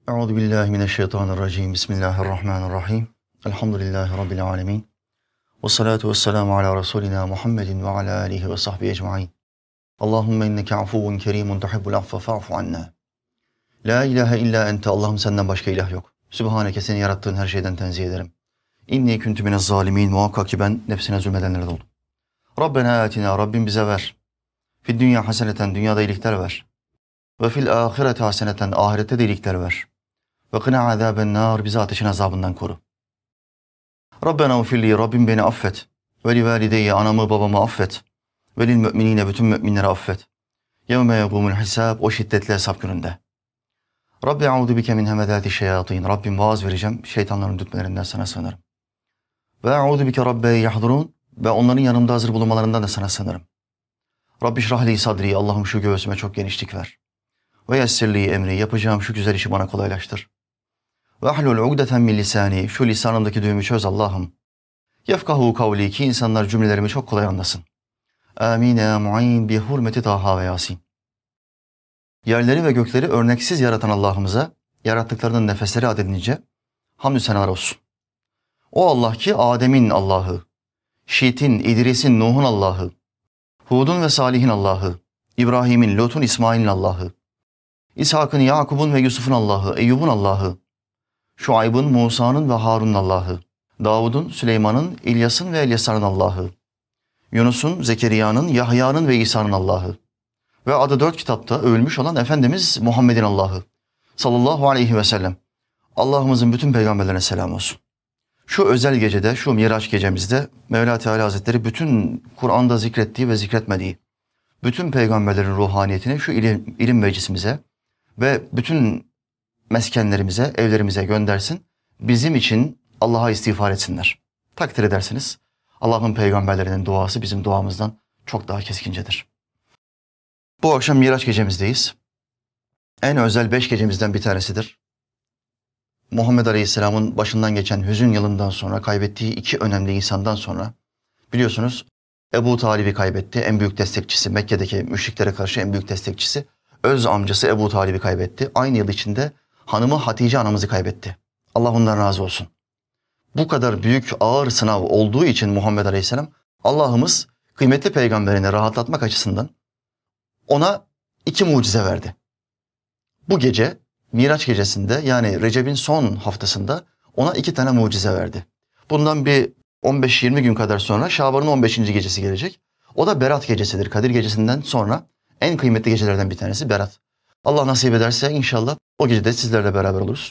Euzu billahi mineşşeytanirracim. Bismillahirrahmanirrahim. Elhamdülillahi rabbil alamin. Ves salatu vesselamu ala rasulina Muhammedin ve ala alihi ve sahbihi ecmaîn. Allahumme inneke afuvun kerimun tuhibbul affe fa'fu anna. La ilahe illa ente. Allah'ım senden başka ilah yok. Sübhaneke, seni yarattığın her şeyden tenzih ederim. İnni kuntu minez zalimin. Muhakkak ki ben nefsine zulmedenlerden oldum. Rabbena atina. Rabbim bize ver. Fid dünya haseneten. Dünyada iyilikler ver. Ve fil ahireti haseneten. Ahirette de iyilikler ver. Ve kına azaben nar, bizi ateşin azabından koru. Rabbena ufirli, Rabbim beni affet. Ve li valideyye, anamı babamı affet. Ve lil müminine, bütün müminleri affet. Yevme yegumul hisab, o şiddetli hesap gününde. Rabbi eûzu bike min hemedâti şeyatîn. Rabbim, vaaz vereceğim, şeytanların dürtmelerinden sana sığınırım. Ve eûzu bike rabbe yahdurun, ve onların yanımda hazır bulunmalarından da sana sığınırım. Rabbi şrahli sadri, Allah'ım şu göğsüme çok genişlik ver. Ve yessirli emri, yapacağım şu güzel işi bana kolaylaştır. Ve ahlul ugdeten min lisani, şu lisanımdaki düğümü çöz Allah'ım. Yefkahu kavli, ki insanlar cümlelerimi çok kolay anlasın. Amin ya mu'in bi hurmeti Taha ve Yasin. Yerleri ve gökleri örneksiz yaratan Allah'ımıza, yarattıklarının nefesleri adedince hamdü senalar olsun. O Allah ki Adem'in Allah'ı, Şit'in, İdris'in, Nuh'un Allah'ı, Hud'un ve Salih'in Allah'ı, İbrahim'in, Lut'un, İsmail'in Allah'ı, İshak'ın, Yakub'un ve Yusuf'un Allah'ı, Eyyub'un Allah'ı, Şuayb'ın, Musa'nın ve Harun'un Allah'ı, Davud'un, Süleyman'ın, İlyas'ın ve Elyasar'ın Allah'ı, Yunus'un, Zekeriya'nın, Yahya'nın ve İsa'nın Allah'ı ve adı 4 kitapta övülmüş olan Efendimiz Muhammed'in Allah'ı sallallahu aleyhi ve sellem. Allah'ımızın bütün peygamberlerine selam olsun. Şu özel gecede, şu Miraç gecemizde Mevla Teala Hazretleri bütün Kur'an'da zikrettiği ve zikretmediği bütün peygamberlerin ruhaniyetini şu ilim meclisimize ve bütün meskenlerimize, evlerimize göndersin. Bizim için Allah'a istiğfar etsinler. Takdir edersiniz, Allah'ın peygamberlerinin duası bizim duamızdan çok daha keskincedir. Bu akşam Miraç gecemizdeyiz. En özel 5 gecemizden bir tanesidir. Muhammed Aleyhisselam'ın başından geçen hüzün yılından sonra kaybettiği 2 önemli insandan sonra biliyorsunuz Ebu Talib'i kaybetti. En büyük destekçisi, Mekke'deki müşriklere karşı en büyük destekçisi. Öz amcası Ebu Talib'i kaybetti. Aynı yıl içinde hanımı Hatice anamızı kaybetti. Allah ondan razı olsun. Bu kadar büyük, ağır sınav olduğu için Muhammed Aleyhisselam, Allah'ımız kıymetli peygamberini rahatlatmak açısından ona 2 mucize verdi. Bu gece, Miraç gecesinde, yani Recep'in son haftasında ona 2 tane mucize verdi. Bundan bir 15-20 gün kadar sonra Şaban'ın 15. gecesi gelecek. O da Berat gecesidir. Kadir gecesinden sonra en kıymetli gecelerden bir tanesi Berat. Allah nasip ederse inşallah o gecede sizlerle beraber oluruz.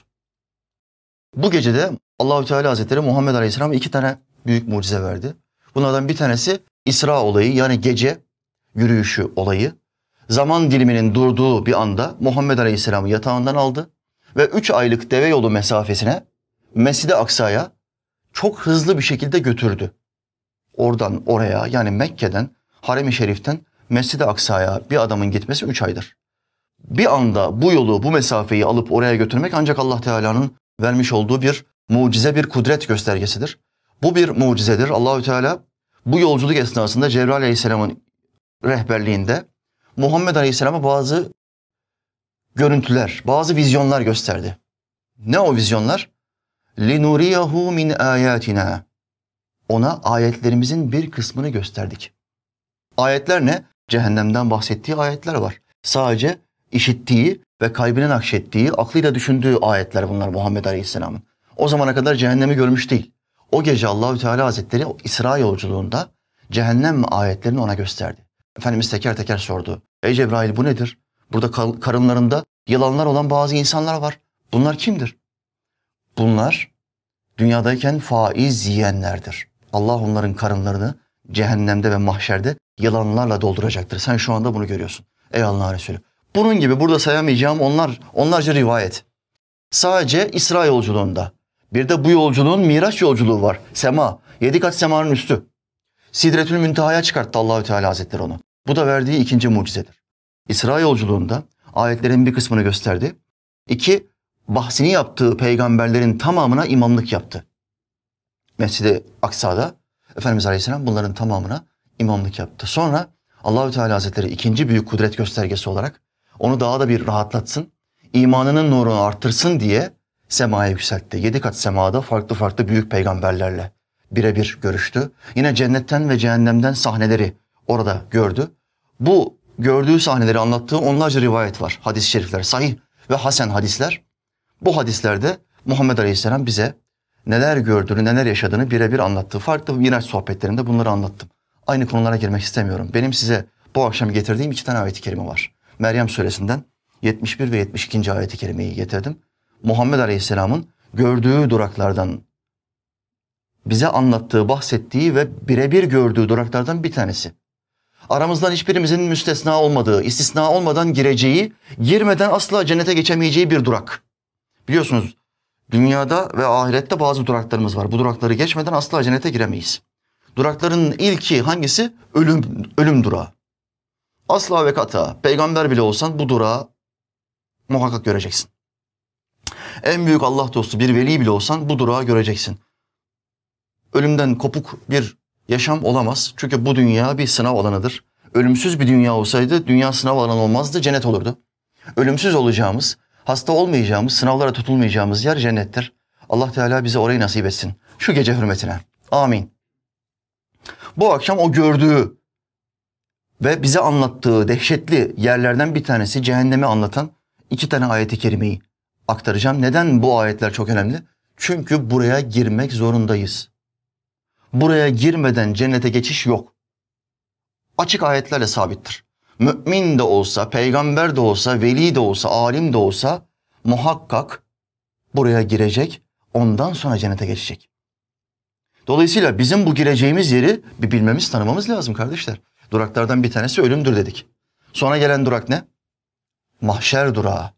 Bu gecede Allahü Teala Hazretleri Muhammed Aleyhisselam'a 2 tane büyük mucize verdi. Bunlardan bir tanesi İsra olayı, yani gece yürüyüşü olayı. Zaman diliminin durduğu bir anda Muhammed Aleyhisselam'ı yatağından aldı ve 3 aylık deve yolu mesafesine Mescid-i Aksa'ya çok hızlı bir şekilde götürdü. Oradan oraya, yani Mekke'den, Harem-i Şerif'ten Mescid-i Aksa'ya bir adamın gitmesi 3 aydır. Bir anda bu yolu, bu mesafeyi alıp oraya götürmek ancak Allah Teala'nın vermiş olduğu bir mucize, bir kudret göstergesidir. Bu bir mucizedir. Allahü Teala bu yolculuk esnasında Cebrail Aleyhisselam'ın rehberliğinde Muhammed Aleyhisselam'a bazı görüntüler, bazı vizyonlar gösterdi. Ne o vizyonlar? لِنُرِيَهُ مِنْ آيَاتِنَا. Ona ayetlerimizin bir kısmını gösterdik. Ayetler ne? Cehennemden bahsettiği ayetler var. Sadece işittiği ve kalbine nakşettiği, aklıyla düşündüğü ayetler bunlar Muhammed Aleyhisselam'ın. O zamana kadar cehennemi görmüş değil. O gece Allahü Teala Hazretleri o İsra yolculuğunda cehennem ayetlerini ona gösterdi. Efendimiz teker teker sordu. Ey Cebrail, bu nedir? Burada karınlarında yılanlar olan bazı insanlar var. Bunlar kimdir? Bunlar dünyadayken faiz yiyenlerdir. Allah onların karınlarını cehennemde ve mahşerde yılanlarla dolduracaktır. Sen şu anda bunu görüyorsun. Ey Allah'ın Resulü. Bunun gibi burada sayamayacağım onlarca rivayet. Sadece İsra yolculuğunda. Bir de bu yolculuğun Miraç yolculuğu var. Sema. 7 kat semanın üstü. Sidretül Münteha'ya çıkarttı Allahü Teala Hazretleri onu. Bu da verdiği 2. mucizedir. İsra yolculuğunda ayetlerin bir kısmını gösterdi. 2, bahsini yaptığı peygamberlerin tamamına imamlık yaptı. Mescid-i Aksa'da Efendimiz Aleyhisselam bunların tamamına imamlık yaptı. Sonra Allahü Teala Hazretleri 2. büyük kudret göstergesi olarak onu daha da bir rahatlatsın. imanının nurunu arttırsın diye semaya yükseltti. 7 kat semada farklı farklı büyük peygamberlerle birebir görüştü. Yine cennetten ve cehennemden sahneleri orada gördü. Bu gördüğü sahneleri anlattığı onlarca rivayet var. Hadis-i şerifler, sahih ve hasen hadisler. Bu hadislerde Muhammed Aleyhisselam bize neler gördüğünü, neler yaşadığını birebir anlattı. Farklı Miraç sohbetlerinde bunları anlattım. Aynı konulara girmek istemiyorum. Benim size bu akşam getirdiğim 2 tane ayet-i kerime var. Meryem suresinden 71 ve 72. ayet-i kerimeyi getirdim. Muhammed Aleyhisselam'ın gördüğü duraklardan, bize anlattığı, bahsettiği ve birebir gördüğü duraklardan bir tanesi. Aramızdan hiçbirimizin müstesna olmadığı, istisna olmadan gireceği, girmeden asla cennete geçemeyeceği bir durak. Biliyorsunuz dünyada ve ahirette bazı duraklarımız var. Bu durakları geçmeden asla cennete giremeyiz. Durakların ilki hangisi? Ölüm durağı. Asla ve kata, peygamber bile olsan bu durağı muhakkak göreceksin. En büyük Allah dostu bir veli bile olsan bu durağı göreceksin. Ölümden kopuk bir yaşam olamaz. Çünkü bu dünya bir sınav alanıdır. Ölümsüz bir dünya olsaydı dünya sınav alanı olmazdı, cennet olurdu. Ölümsüz olacağımız, hasta olmayacağımız, sınavlara tutulmayacağımız yer cennettir. Allah Teala bize orayı nasip etsin. Şu gece hürmetine. Amin. Bu akşam o gördüğü ve bize anlattığı dehşetli yerlerden bir tanesi cehennemi anlatan 2 tane ayet-i kerimeyi aktaracağım. Neden bu ayetler çok önemli? Çünkü buraya girmek zorundayız. Buraya girmeden cennete geçiş yok. Açık ayetlerle sabittir. Mümin de olsa, peygamber de olsa, veli de olsa, alim de olsa muhakkak buraya girecek, ondan sonra cennete geçecek. Dolayısıyla bizim bu gireceğimiz yeri bir bilmemiz, tanımamız lazım kardeşler. Duraklardan bir tanesi ölümdür dedik. Sonra gelen durak ne? Mahşer durağı.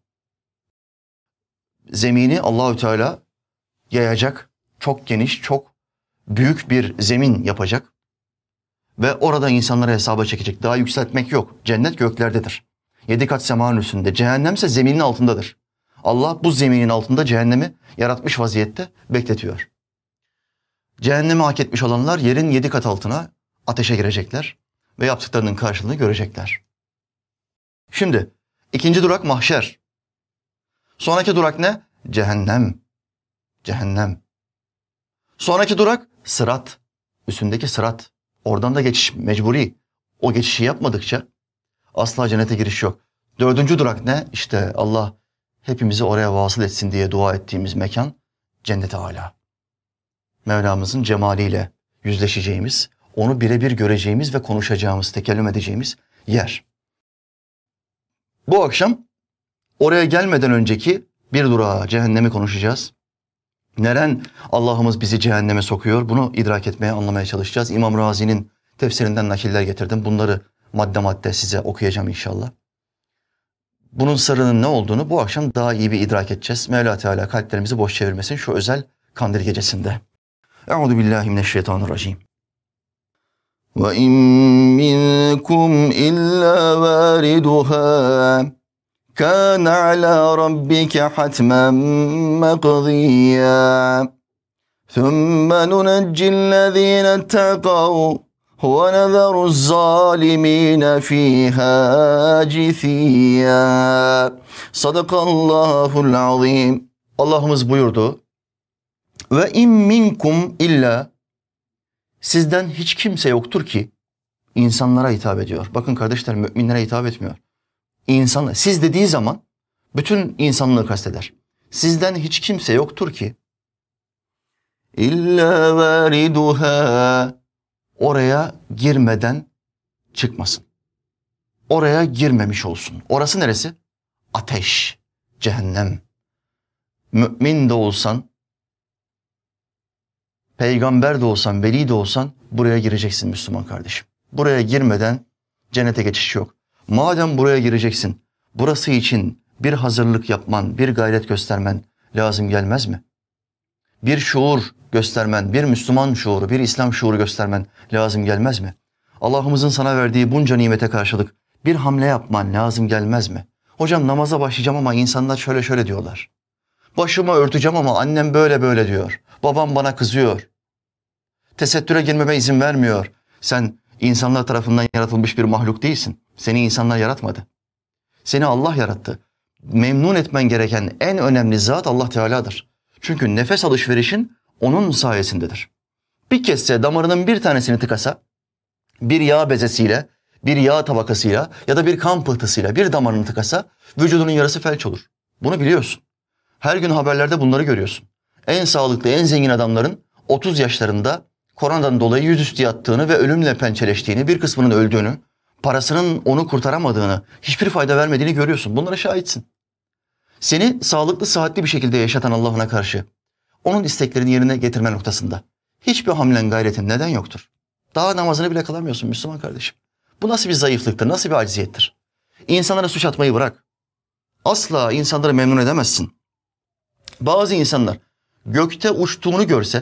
Zemini Allahü Teala yayacak, çok geniş, çok büyük bir zemin yapacak. Ve orada insanları hesaba çekecek. Daha yükseltmek yok. Cennet göklerdedir. 7 kat semanın üstünde. Cehennemse zeminin altındadır. Allah bu zeminin altında cehennemi yaratmış vaziyette bekletiyor. Cehennemi hak etmiş olanlar yerin 7 kat altına ateşe girecekler ve yaptıklarının karşılığını görecekler. Şimdi 2. durak mahşer. Sonraki durak ne? Cehennem. Cehennem. Sonraki durak sırat. Üstündeki sırat. Oradan da geçiş mecburi. O geçişi yapmadıkça asla cennete giriş yok. 4. durak ne? İşte Allah hepimizi oraya vasıl etsin diye dua ettiğimiz mekan cennet-i âlâ. Mevlamızın cemaliyle yüzleşeceğimiz, onu birebir göreceğimiz ve konuşacağımız, tekellüm edeceğimiz yer. Bu akşam oraya gelmeden önceki bir durağı, cehennemi konuşacağız. Neren Allah'ımız bizi cehenneme sokuyor? Bunu idrak etmeye, anlamaya çalışacağız. İmam Razi'nin tefsirinden nakiller getirdim. Bunları madde madde size okuyacağım inşallah. Bunun sırrının ne olduğunu bu akşam daha iyi bir idrak edeceğiz. Mevla Teala kalplerimizi boş çevirmesin şu özel kandil gecesinde. Euzubillahimineşşeytanirracim. Ve in minkum illa variduha كان على ربك حتما مقضيا ثم ننجي الذين اتقوا ونذر الظالمين فيها جثيا صدق الله العظيم. Allah'ımız buyurdu ve in minkum illa, sizden hiç kimse yoktur ki, insanlara hitap ediyor. Bakın kardeşler, müminlere hitap etmiyor. İnsan, siz dediği zaman bütün insanlığı kasteder. Sizden hiç kimse yoktur ki illa variduha, oraya girmeden çıkmasın. Oraya girmemiş olsun. Orası neresi? Ateş, cehennem. Mümin de olsan, peygamber de olsan, veli de olsan buraya gireceksin Müslüman kardeşim. Buraya girmeden cennete geçiş yok. Madem buraya gireceksin, burası için bir hazırlık yapman, bir gayret göstermen lazım gelmez mi? Bir şuur göstermen, bir Müslüman şuuru, bir İslam şuuru göstermen lazım gelmez mi? Allah'ımızın sana verdiği bunca nimete karşılık bir hamle yapman lazım gelmez mi? Hocam namaza başlayacağım ama insanlar şöyle şöyle diyorlar. Başımı örteceğim ama annem böyle böyle diyor. Babam bana kızıyor. Tesettüre girmeme izin vermiyor. Sen insanlar tarafından yaratılmış bir mahluk değilsin. Seni insanlar yaratmadı. Seni Allah yarattı. memnun etmen gereken en önemli zat Allah Teala'dır. Çünkü nefes alışverişin onun sayesindedir. Bir kesse damarının bir tanesini tıkasa, bir yağ bezesiyle, bir yağ tabakasıyla ya da bir kan pıhtısıyla bir damarını tıkasa vücudunun yarısı felç olur. Bunu biliyorsun. Her gün haberlerde bunları görüyorsun. En sağlıklı, en zengin adamların 30 yaşlarında koronadan dolayı yüzüstü yattığını ve ölümle pençeleştiğini, bir kısmının öldüğünü, parasının onu kurtaramadığını, hiçbir fayda vermediğini görüyorsun. Bunlara şahitsin. Seni sağlıklı, sıhhatli bir şekilde yaşatan Allah'ına karşı onun isteklerini yerine getirme noktasında hiçbir hamlen gayretin neden yoktur? Daha namazını bile kılamıyorsun Müslüman kardeşim. Bu nasıl bir zayıflıktır, nasıl bir acziyettir? İnsanlara suç atmayı bırak. Asla insanları memnun edemezsin. Bazı insanlar gökte uçtuğunu görse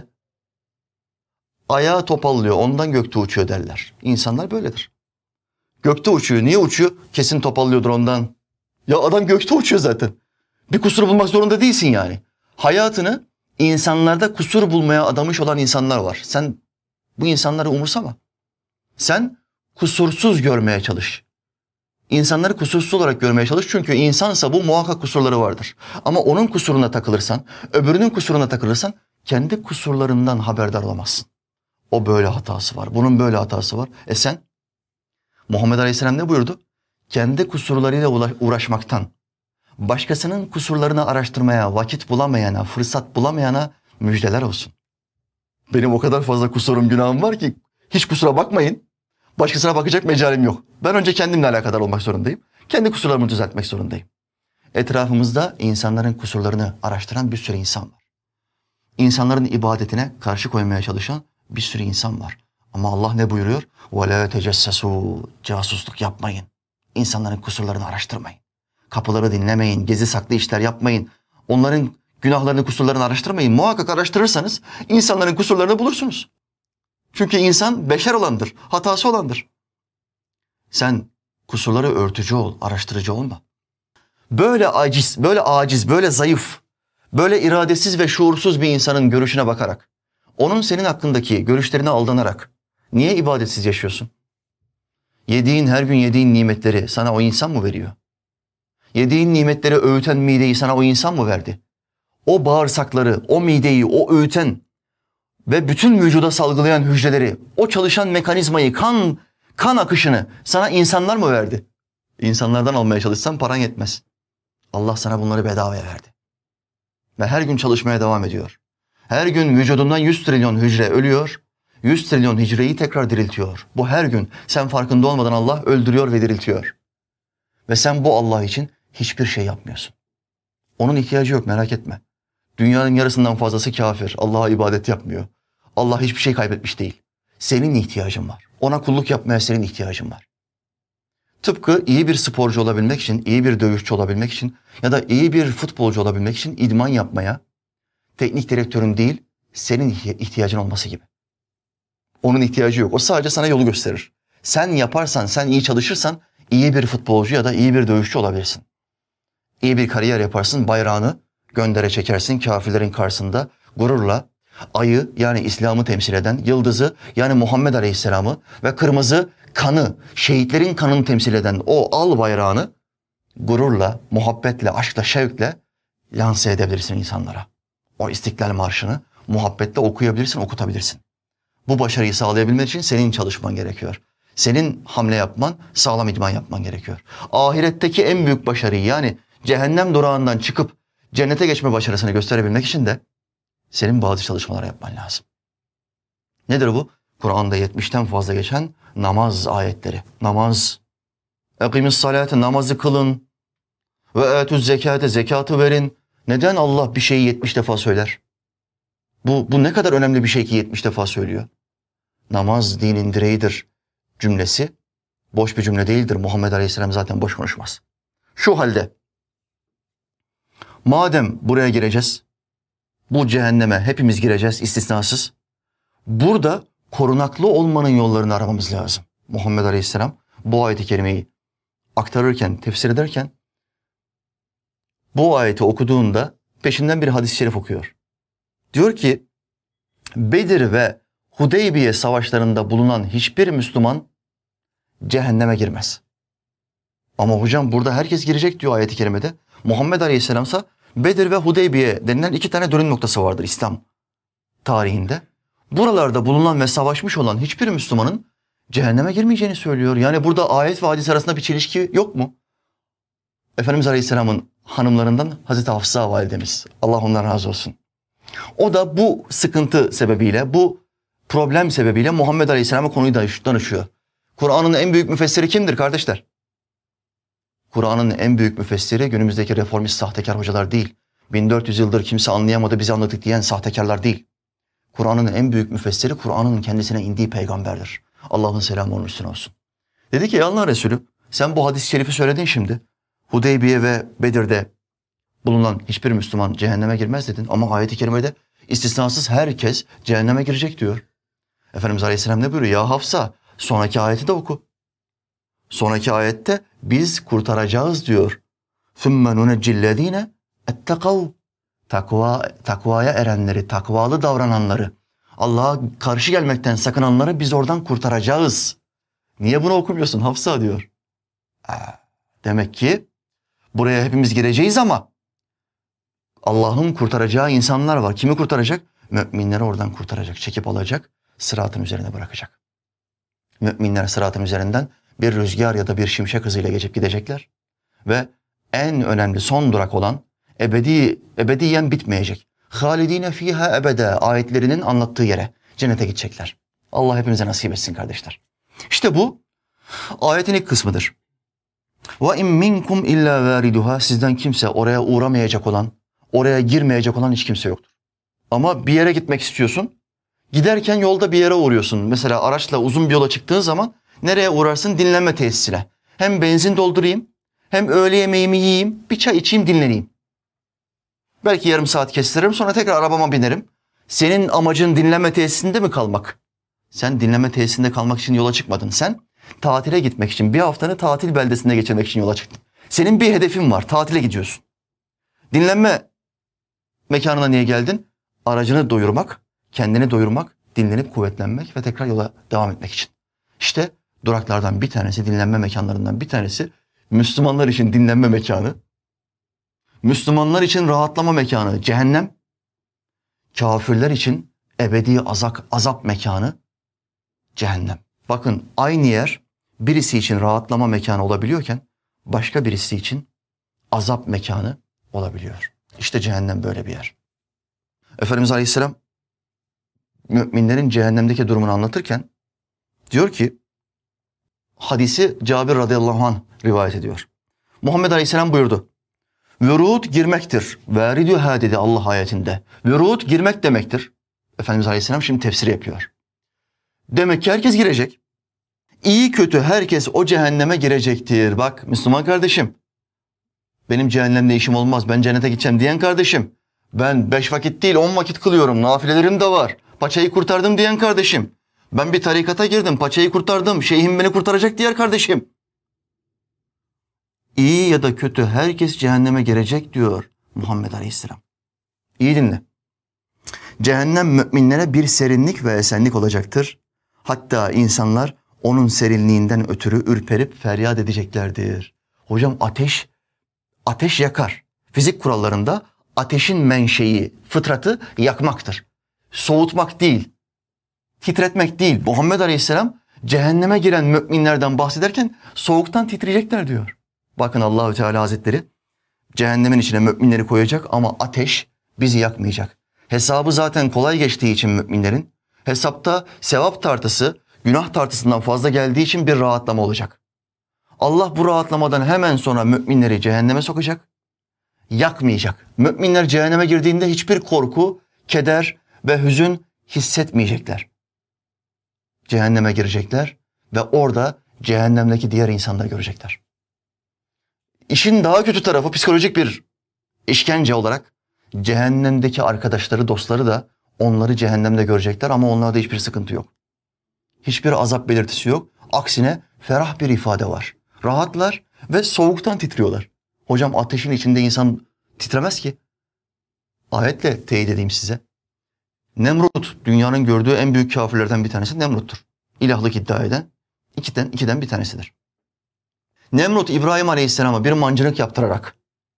ayağı topallıyor, ondan gökte uçuyor derler. İnsanlar böyledir. Gökte uçuyor. Niye uçuyor? Kesin topallıyordur ondan. Ya adam gökte uçuyor zaten. Bir kusur bulmak zorunda değilsin yani. Hayatını insanlarda kusur bulmaya adamış olan insanlar var. Sen bu insanları umursama. Sen kusursuz görmeye çalış. İnsanları kusursuz olarak görmeye çalış. Çünkü insansa bu muhakkak kusurları vardır. Ama onun kusuruna takılırsan, öbürünün kusuruna takılırsan kendi kusurlarından haberdar olamazsın. O böyle hatası var, bunun böyle hatası var. Sen? Muhammed Aleyhisselam ne buyurdu? Kendi kusurlarıyla uğraşmaktan, başkasının kusurlarını araştırmaya vakit bulamayana, fırsat bulamayana müjdeler olsun. Benim o kadar fazla kusurum, günahım var ki hiç kusura bakmayın. Başkasına bakacak mecalim yok. Ben önce kendimle alakadar olmak zorundayım. Kendi kusurlarımı düzeltmek zorundayım. Etrafımızda insanların kusurlarını araştıran bir sürü insan var. İnsanların ibadetine karşı koymaya çalışan bir sürü insan var. Ama Allah ne buyuruyor? وَلَا تَجَسَّسُوا Casusluk yapmayın. İnsanların kusurlarını araştırmayın. Kapıları dinlemeyin. Gezi saklı işler yapmayın. Onların günahlarını, kusurlarını araştırmayın. Muhakkak araştırırsanız insanların kusurlarını bulursunuz. Çünkü insan beşer olandır. Hatası olandır. Sen kusurları örtücü ol, araştırıcı olma. Böyle aciz, böyle zayıf, böyle iradesiz ve şuursuz bir insanın görüşüne bakarak, onun senin hakkındaki görüşlerine aldanarak niye ibadetsiz yaşıyorsun? Her gün yediğin nimetleri sana o insan mı veriyor? Yediğin nimetleri öğüten mideyi sana o insan mı verdi? O bağırsakları, o mideyi, o öğüten ve bütün vücuda salgılayan hücreleri, o çalışan mekanizmayı, kan akışını sana insanlar mı verdi? İnsanlardan almaya çalışsan paran yetmez. Allah sana bunları bedavaya verdi. Ve her gün çalışmaya devam ediyor. Her gün vücudundan 100 trilyon hücre ölüyor. 100 trilyon hücreyi tekrar diriltiyor. Bu her gün sen farkında olmadan Allah öldürüyor ve diriltiyor. Ve sen bu Allah için hiçbir şey yapmıyorsun. Onun ihtiyacı yok, merak etme. Dünyanın yarısından fazlası kafir. Allah'a ibadet yapmıyor. Allah hiçbir şey kaybetmiş değil. Senin ihtiyacın var. Ona kulluk yapmaya senin ihtiyacın var. Tıpkı iyi bir sporcu olabilmek için, iyi bir dövüşçü olabilmek için ya da iyi bir futbolcu olabilmek için idman yapmaya teknik direktörün değil, senin ihtiyacın olması gibi. Onun ihtiyacı yok. O sadece sana yolu gösterir. Sen yaparsan, sen iyi çalışırsan iyi bir futbolcu ya da iyi bir dövüşçü olabilirsin. İyi bir kariyer yaparsın, bayrağını göndere çekersin kafirlerin karşısında gururla. Ayı yani İslam'ı temsil eden, yıldızı yani Muhammed Aleyhisselam'ı ve kırmızı kanı, şehitlerin kanını temsil eden o al bayrağını gururla, muhabbetle, aşkla, şevkle lanse edebilirsin insanlara. O İstiklal Marşı'nı muhabbetle okuyabilirsin, okutabilirsin. Bu başarıyı sağlayabilmek için senin çalışman gerekiyor. Senin hamle yapman, sağlam idman yapman gerekiyor. Ahiretteki en büyük başarıyı yani cehennem durağından çıkıp cennete geçme başarısını gösterebilmek için de senin bazı çalışmalar yapman lazım. Nedir bu? Kur'an'da 70'ten fazla geçen namaz ayetleri. Namaz. Ekimis salate, namazı kılın. Ve etüz zekate, zekatı verin. Neden Allah bir şeyi 70 defa söyler? Bu ne kadar önemli bir şey ki 70 defa söylüyor. Namaz dinin direğidir cümlesi boş bir cümle değildir. Muhammed Aleyhisselam zaten boş konuşmaz. Şu halde madem buraya gireceğiz, bu cehenneme hepimiz gireceğiz istisnasız. Burada korunaklı olmanın yollarını aramamız lazım. Muhammed Aleyhisselam bu ayet-i kerimeyi aktarırken, tefsir ederken bu ayeti okuduğunda peşinden bir hadis-i şerif okuyor. Diyor ki Bedir ve Hudeybiye savaşlarında bulunan hiçbir Müslüman cehenneme girmez. Ama hocam burada herkes girecek diyor ayet-i kerimede. Muhammed Aleyhisselam'sa Bedir ve Hudeybiye denilen iki tane dönüm noktası vardır İslam tarihinde. Buralarda bulunan ve savaşmış olan hiçbir Müslümanın cehenneme girmeyeceğini söylüyor. Yani burada ayet ve hadis arasında bir çelişki yok mu? Efendimiz Aleyhisselam'ın hanımlarından Hazreti Hafsa validemiz. Allah ondan razı olsun. O da bu sıkıntı sebebiyle, bu problem sebebiyle Muhammed Aleyhisselam'a konuyu danışıyor. Kur'an'ın en büyük müfessiri kimdir kardeşler? Kur'an'ın en büyük müfessiri günümüzdeki reformist sahtekar hocalar değil. 1400 yıldır kimse anlayamadı, bizi anladık diyen sahtekarlar değil. Kur'an'ın en büyük müfessiri Kur'an'ın kendisine indiği peygamberdir. Allah'ın selamı onun üstüne olsun. Dedi ki Allah Resulü, sen bu hadis-i şerifi söyledin şimdi. Hudeybiye ve Bedir'de bulunan hiçbir Müslüman cehenneme girmez dedin. Ama ayet-i kerimede istisnasız herkes cehenneme girecek diyor. Efendimiz Aleyhisselam ne buyuruyor? Ya Hafsa, sonraki ayeti de oku. Sonraki ayette biz kurtaracağız diyor. ثُمَّ نُنَجِّ الَّذ۪ينَ اَتَّقَوْا Takvaya erenleri, takvalı davrananları, Allah'a karşı gelmekten sakınanları biz oradan kurtaracağız. Niye bunu okumuyorsun Hafsa diyor. Demek ki buraya hepimiz gireceğiz ama Allah'ın kurtaracağı insanlar var. Kimi kurtaracak? Müminleri oradan kurtaracak, çekip alacak, sıratın üzerine bırakacak. Müminler sıratın üzerinden bir rüzgar ya da bir şimşek hızıyla geçip gidecekler. Ve en önemli son durak olan ebediyen bitmeyecek. Halidine fiha ebede ayetlerinin anlattığı yere, cennete gidecekler. Allah hepimize nasip etsin kardeşler. İşte bu ayetin ilk kısmıdır. Ve in minkum illa variduha, sizden kimse oraya uğramayacak olan, oraya girmeyecek olan hiç kimse yoktur. Ama bir yere gitmek istiyorsun. Giderken yolda bir yere uğruyorsun. Mesela araçla uzun bir yola çıktığın zaman nereye uğrarsın? Dinlenme tesisine. Hem benzin doldurayım, hem öğle yemeğimi yiyeyim, bir çay içeyim, dinleneyim. Belki yarım saat kestiririm, sonra tekrar arabama binerim. Senin amacın dinlenme tesisinde mi kalmak? Sen dinlenme tesisinde kalmak için yola çıkmadın. Sen tatile gitmek için, bir haftanı tatil beldesinde geçirmek için yola çıktın. Senin bir hedefin var, tatile gidiyorsun. Dinlenme mekanına niye geldin? Aracını doyurmak, kendini doyurmak, dinlenip kuvvetlenmek ve tekrar yola devam etmek için. İşte duraklardan bir tanesi, dinlenme mekanlarından bir tanesi Müslümanlar için dinlenme mekanı, Müslümanlar için rahatlama mekanı cehennem, kafirler için ebedi azap mekanı cehennem. Bakın aynı yer birisi için rahatlama mekanı olabiliyorken başka birisi için azap mekanı olabiliyor. İşte cehennem böyle bir yer. Efendimiz Aleyhisselam müminlerin cehennemdeki durumunu anlatırken diyor ki, hadisi Cabir radıyallahu anh rivayet ediyor. Muhammed Aleyhisselam buyurdu. Vürud girmektir. Veridüha dedi Allah ayetinde. Vürud girmek demektir. Efendimiz Aleyhisselam şimdi tefsiri yapıyor. Demek ki herkes girecek. İyi kötü herkes o cehenneme girecektir. Bak Müslüman kardeşim, benim cehennemde işim olmaz, ben cennete gideceğim diyen kardeşim, ben 5 vakit değil 10 vakit kılıyorum, nafilelerim de var, paçayı kurtardım diyen kardeşim, ben bir tarikata girdim, paçayı kurtardım, şeyhim beni kurtaracak diğer kardeşim. İyi ya da kötü herkes cehenneme girecek diyor Muhammed Aleyhisselam. İyi dinle. Cehennem müminlere bir serinlik ve esenlik olacaktır. Hatta insanlar onun serinliğinden ötürü ürperip feryat edeceklerdir. Hocam ateş yakar. Fizik kurallarında ateşin menşei, fıtratı yakmaktır. Soğutmak değil, titretmek değil. Muhammed Aleyhisselam cehenneme giren müminlerden bahsederken soğuktan titreyecekler diyor. Bakın Allahü Teala Hazretleri cehennemin içine müminleri koyacak ama ateş bizi yakmayacak. Hesabı zaten kolay geçtiği için müminlerin, hesapta sevap tartısı günah tartısından fazla geldiği için bir rahatlama olacak. Allah bu rahatlamadan hemen sonra müminleri cehenneme sokacak, yakmayacak. Müminler cehenneme girdiğinde hiçbir korku, keder ve hüzün hissetmeyecekler. Cehenneme girecekler ve orada cehennemdeki diğer insanları görecekler. İşin daha kötü tarafı psikolojik bir işkence olarak cehennemdeki arkadaşları, dostları da onları cehennemde görecekler ama onlarda hiçbir sıkıntı yok. Hiçbir azap belirtisi yok. Aksine ferah bir ifade var. Rahatlar ve soğuktan titriyorlar. Hocam ateşin içinde insan titremez ki. Ayetle teyit edeyim size. Nemrut dünyanın gördüğü en büyük kafirlerden bir tanesi Nemrut'tur. İlahlık iddia eden ikiden bir tanesidir. Nemrut İbrahim Aleyhisselam'a bir mancınık yaptırarak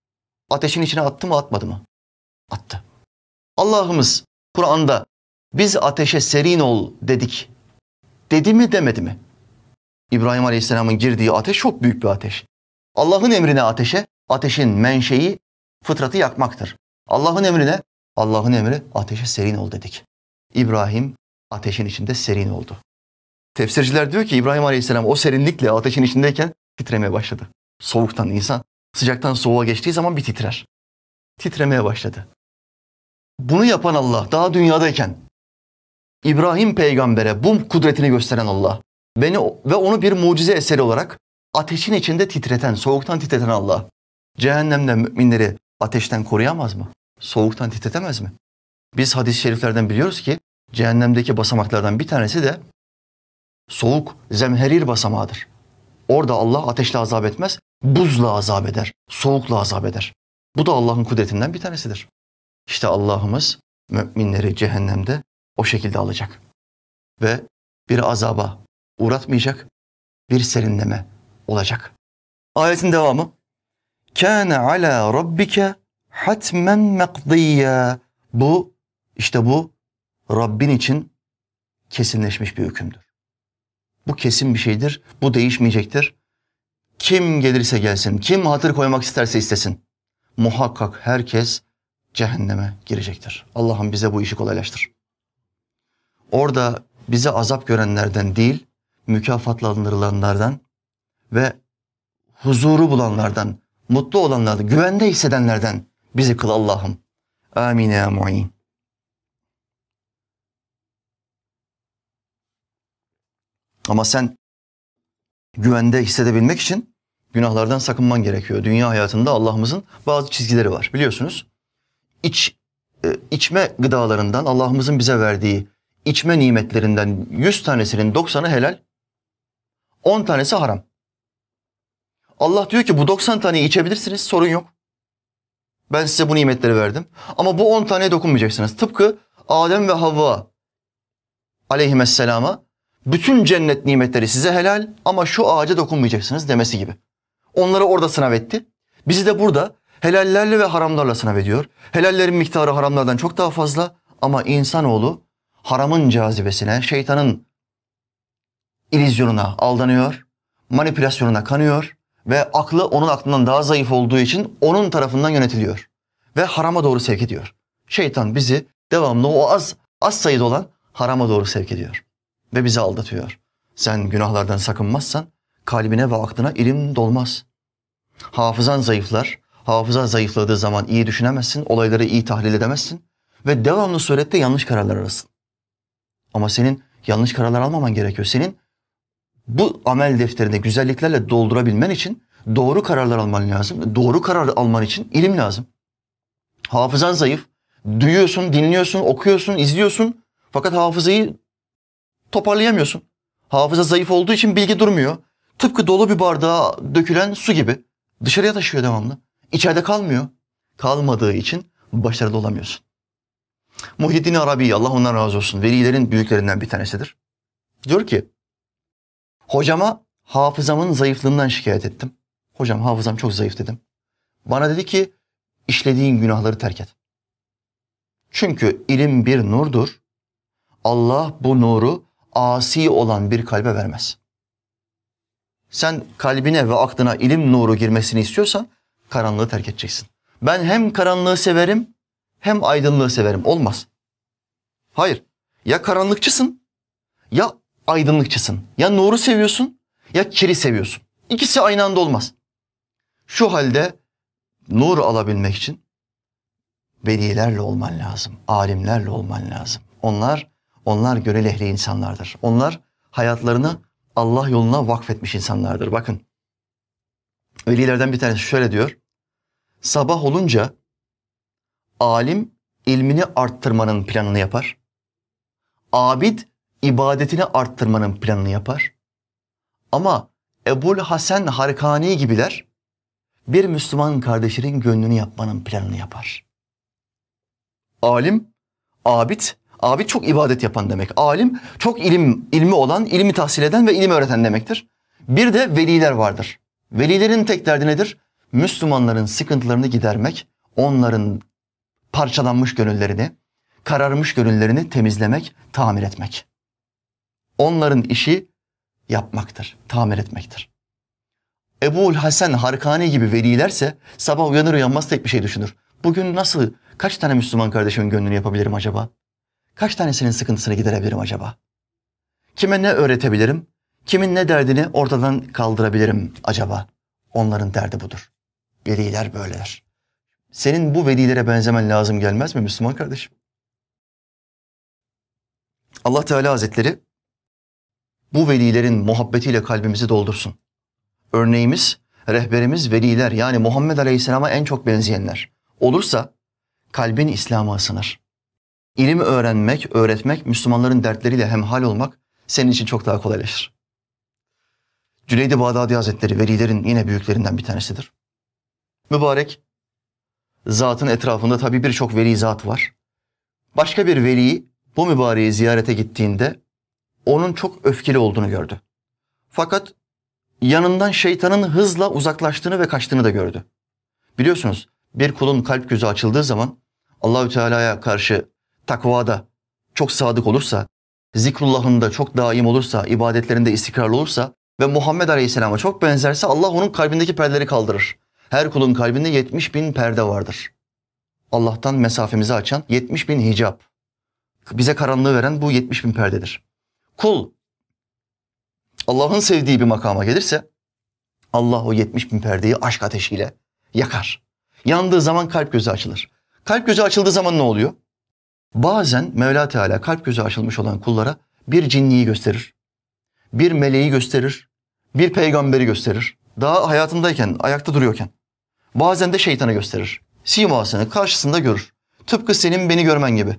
ateşin içine attı mı atmadı mı? Attı. Allah'ımız Kur'an'da biz ateşe serin ol dedik. Dedi mi demedi mi? İbrahim Aleyhisselam'ın girdiği ateş çok büyük bir ateş. Allah'ın emrine ateşin menşei fıtratı yakmaktır. Allah'ın emri ateşe serin ol dedik. İbrahim ateşin içinde serin oldu. Tefsirciler diyor ki İbrahim Aleyhisselam o serinlikle ateşin içindeyken titremeye başladı. Soğuktan insan sıcaktan soğuğa geçtiği zaman bir titrer. Titremeye başladı. Bunu yapan Allah daha dünyadayken İbrahim peygambere bu kudretini gösteren Allah ve onu bir mucize eseri olarak ateşin içinde titreten, soğuktan titreten Allah cehennemde müminleri ateşten koruyamaz mı? Soğuktan titretemez mi? Biz hadis-i şeriflerden biliyoruz ki cehennemdeki basamaklardan bir tanesi de soğuk zemherir basamağıdır. Orada Allah ateşle azap etmez, buzla azap eder, soğukla azap eder. Bu da Allah'ın kudretinden bir tanesidir. İşte Allah'ımız müminleri cehennemde o şekilde alacak. Ve bir azaba uğratmayacak, bir serinleme olacak. Ayetin devamı. Kâne alâ rabbike hatmen mekdiyya. Bu Rabbin için kesinleşmiş bir hükümdür. Bu kesin bir şeydir, bu değişmeyecektir. Kim gelirse gelsin, kim hatır koymak isterse istesin. Muhakkak herkes cehenneme girecektir. Allah'ım bize bu işi kolaylaştır. Orada bize azap görenlerden değil, mükafatlandırılanlardan ve huzuru bulanlardan, mutlu olanlardan, güvende hissedenlerden bizi kıl Allah'ım. Amin ya mu'in. Ama sen güvende hissedebilmek için günahlardan sakınman gerekiyor. Dünya hayatında Allah'ımızın bazı çizgileri var. Biliyorsunuz içme gıdalarından Allah'ımızın bize verdiği içme nimetlerinden 100 tanesinin 90'ı helal, 10 tanesi haram. Allah diyor ki bu 90 taneyi içebilirsiniz, sorun yok. Ben size bu nimetleri verdim. Ama bu 10 taneye dokunmayacaksınız. Tıpkı Adem ve Havva aleyhisselama bütün cennet nimetleri size helal ama şu ağaca dokunmayacaksınız demesi gibi. Onları orada sınav etti. Bizi de burada helallerle ve haramlarla sınav ediyor. Helallerin miktarı haramlardan çok daha fazla ama insanoğlu haramın cazibesine, şeytanın illüzyonuna aldanıyor, manipülasyonuna kanıyor ve aklı onun aklından daha zayıf olduğu için onun tarafından yönetiliyor ve harama doğru sevk ediyor. Şeytan bizi devamlı o az sayıda olan harama doğru sevk ediyor ve bizi aldatıyor. Sen günahlardan sakınmazsan kalbine ve aklına ilim dolmaz. Hafızan zayıflar. Hafıza zayıfladığı zaman iyi düşünemezsin, olayları iyi tahlil edemezsin ve devamlı surette yanlış kararlar alırsın. Ama senin yanlış kararlar almaman gerekiyor. Senin bu amel defterini güzelliklerle doldurabilmen için doğru kararlar alman lazım. Doğru karar alman için ilim lazım. Hafızan zayıf. Duyuyorsun, dinliyorsun, okuyorsun, izliyorsun. Fakat hafızayı toparlayamıyorsun. Hafıza zayıf olduğu için bilgi durmuyor. Tıpkı dolu bir bardağa dökülen su gibi. Dışarıya taşıyor devamlı. İçeride kalmıyor. Kalmadığı için başarılı olamıyorsun. Muhyiddin Arabi, Allah ondan razı olsun, velilerin büyüklerinden bir tanesidir. Diyor ki, hocama hafızamın zayıflığından şikayet ettim. Hocam hafızam çok zayıf dedim. Bana dedi ki, işlediğin günahları terk et. Çünkü ilim bir nurdur. Allah bu nuru asi olan bir kalbe vermez. Sen kalbine ve aklına ilim nuru girmesini istiyorsan karanlığı terk edeceksin. Ben hem karanlığı severim hem aydınlığı severim. Olmaz. Hayır. Ya karanlıkçısın ya aydınlıkçısın. Ya nuru seviyorsun ya kiri seviyorsun. İkisi aynı anda olmaz. Şu halde nur alabilmek için velilerle olman lazım. Alimlerle olman lazım. Onlar gönül ehli insanlardır. Onlar hayatlarını Allah yoluna vakfetmiş insanlardır. Bakın. Velilerden bir tanesi şöyle diyor. Sabah olunca alim ilmini arttırmanın planını yapar. Abid ibadetini arttırmanın planını yapar. Ama Ebul Hasan Harkani gibiler bir Müslüman kardeşinin gönlünü yapmanın planını yapar. Alim, abid çok ibadet yapan demek. Alim çok ilmi olan, ilmi tahsil eden ve ilim öğreten demektir. Bir de veliler vardır. Velilerin tek derdi nedir? Müslümanların sıkıntılarını gidermek, onların parçalanmış gönüllerini, kararmış gönüllerini temizlemek, tamir etmek. Onların işi yapmaktır, tamir etmektir. Ebu'l Hasan Harkani gibi velilerse sabah uyanır uyanmaz tek bir şey düşünür. Bugün nasıl, kaç tane Müslüman kardeşimin gönlünü yapabilirim acaba? Kaç tanesinin sıkıntısını giderebilirim acaba? Kime ne öğretebilirim? Kimin ne derdini ortadan kaldırabilirim acaba? Onların derdi budur. Veliler böyleler. Senin bu velilere benzemen lazım gelmez mi Müslüman kardeşim? Allah Teala Hazretleri bu velilerin muhabbetiyle kalbimizi doldursun. Örneğimiz, rehberimiz veliler, yani Muhammed Aleyhisselam'a en çok benzeyenler olursa kalbin İslam'a ısınır. İlim öğrenmek, öğretmek, Müslümanların dertleriyle hemhal olmak senin için çok daha kolaylaşır. Cüneyd-i Bağdadi Hazretleri velilerin yine büyüklerinden bir tanesidir. Mübarek zatın etrafında tabii birçok veli zat var. Başka bir veli bu mübareği ziyarete gittiğinde onun çok öfkeli olduğunu gördü. Fakat yanından şeytanın hızla uzaklaştığını ve kaçtığını da gördü. Biliyorsunuz bir kulun kalp gözü açıldığı zaman Allahü Teala'ya karşı takvada çok sadık olursa, zikrullahında çok daim olursa, ibadetlerinde istikrarlı olursa ve Muhammed Aleyhisselam'a çok benzerse Allah onun kalbindeki perdeleri kaldırır. Her kulun kalbinde 70.000 perde vardır. Allah'tan mesafemizi açan 70.000 hicap. Bize karanlığı veren bu 70.000 perdedir. Kul Allah'ın sevdiği bir makama gelirse Allah o 70.000 perdeyi aşk ateşiyle yakar. Yandığı zaman kalp gözü açılır. Kalp gözü açıldığı zaman ne oluyor? Bazen Mevla Teala kalp gözü açılmış olan kullara bir cinniyi gösterir. Bir meleği gösterir. Bir peygamberi gösterir. Daha hayatındayken, ayakta duruyorken. Bazen de şeytanı gösterir. Simasını karşısında görür. Tıpkı senin beni görmen gibi.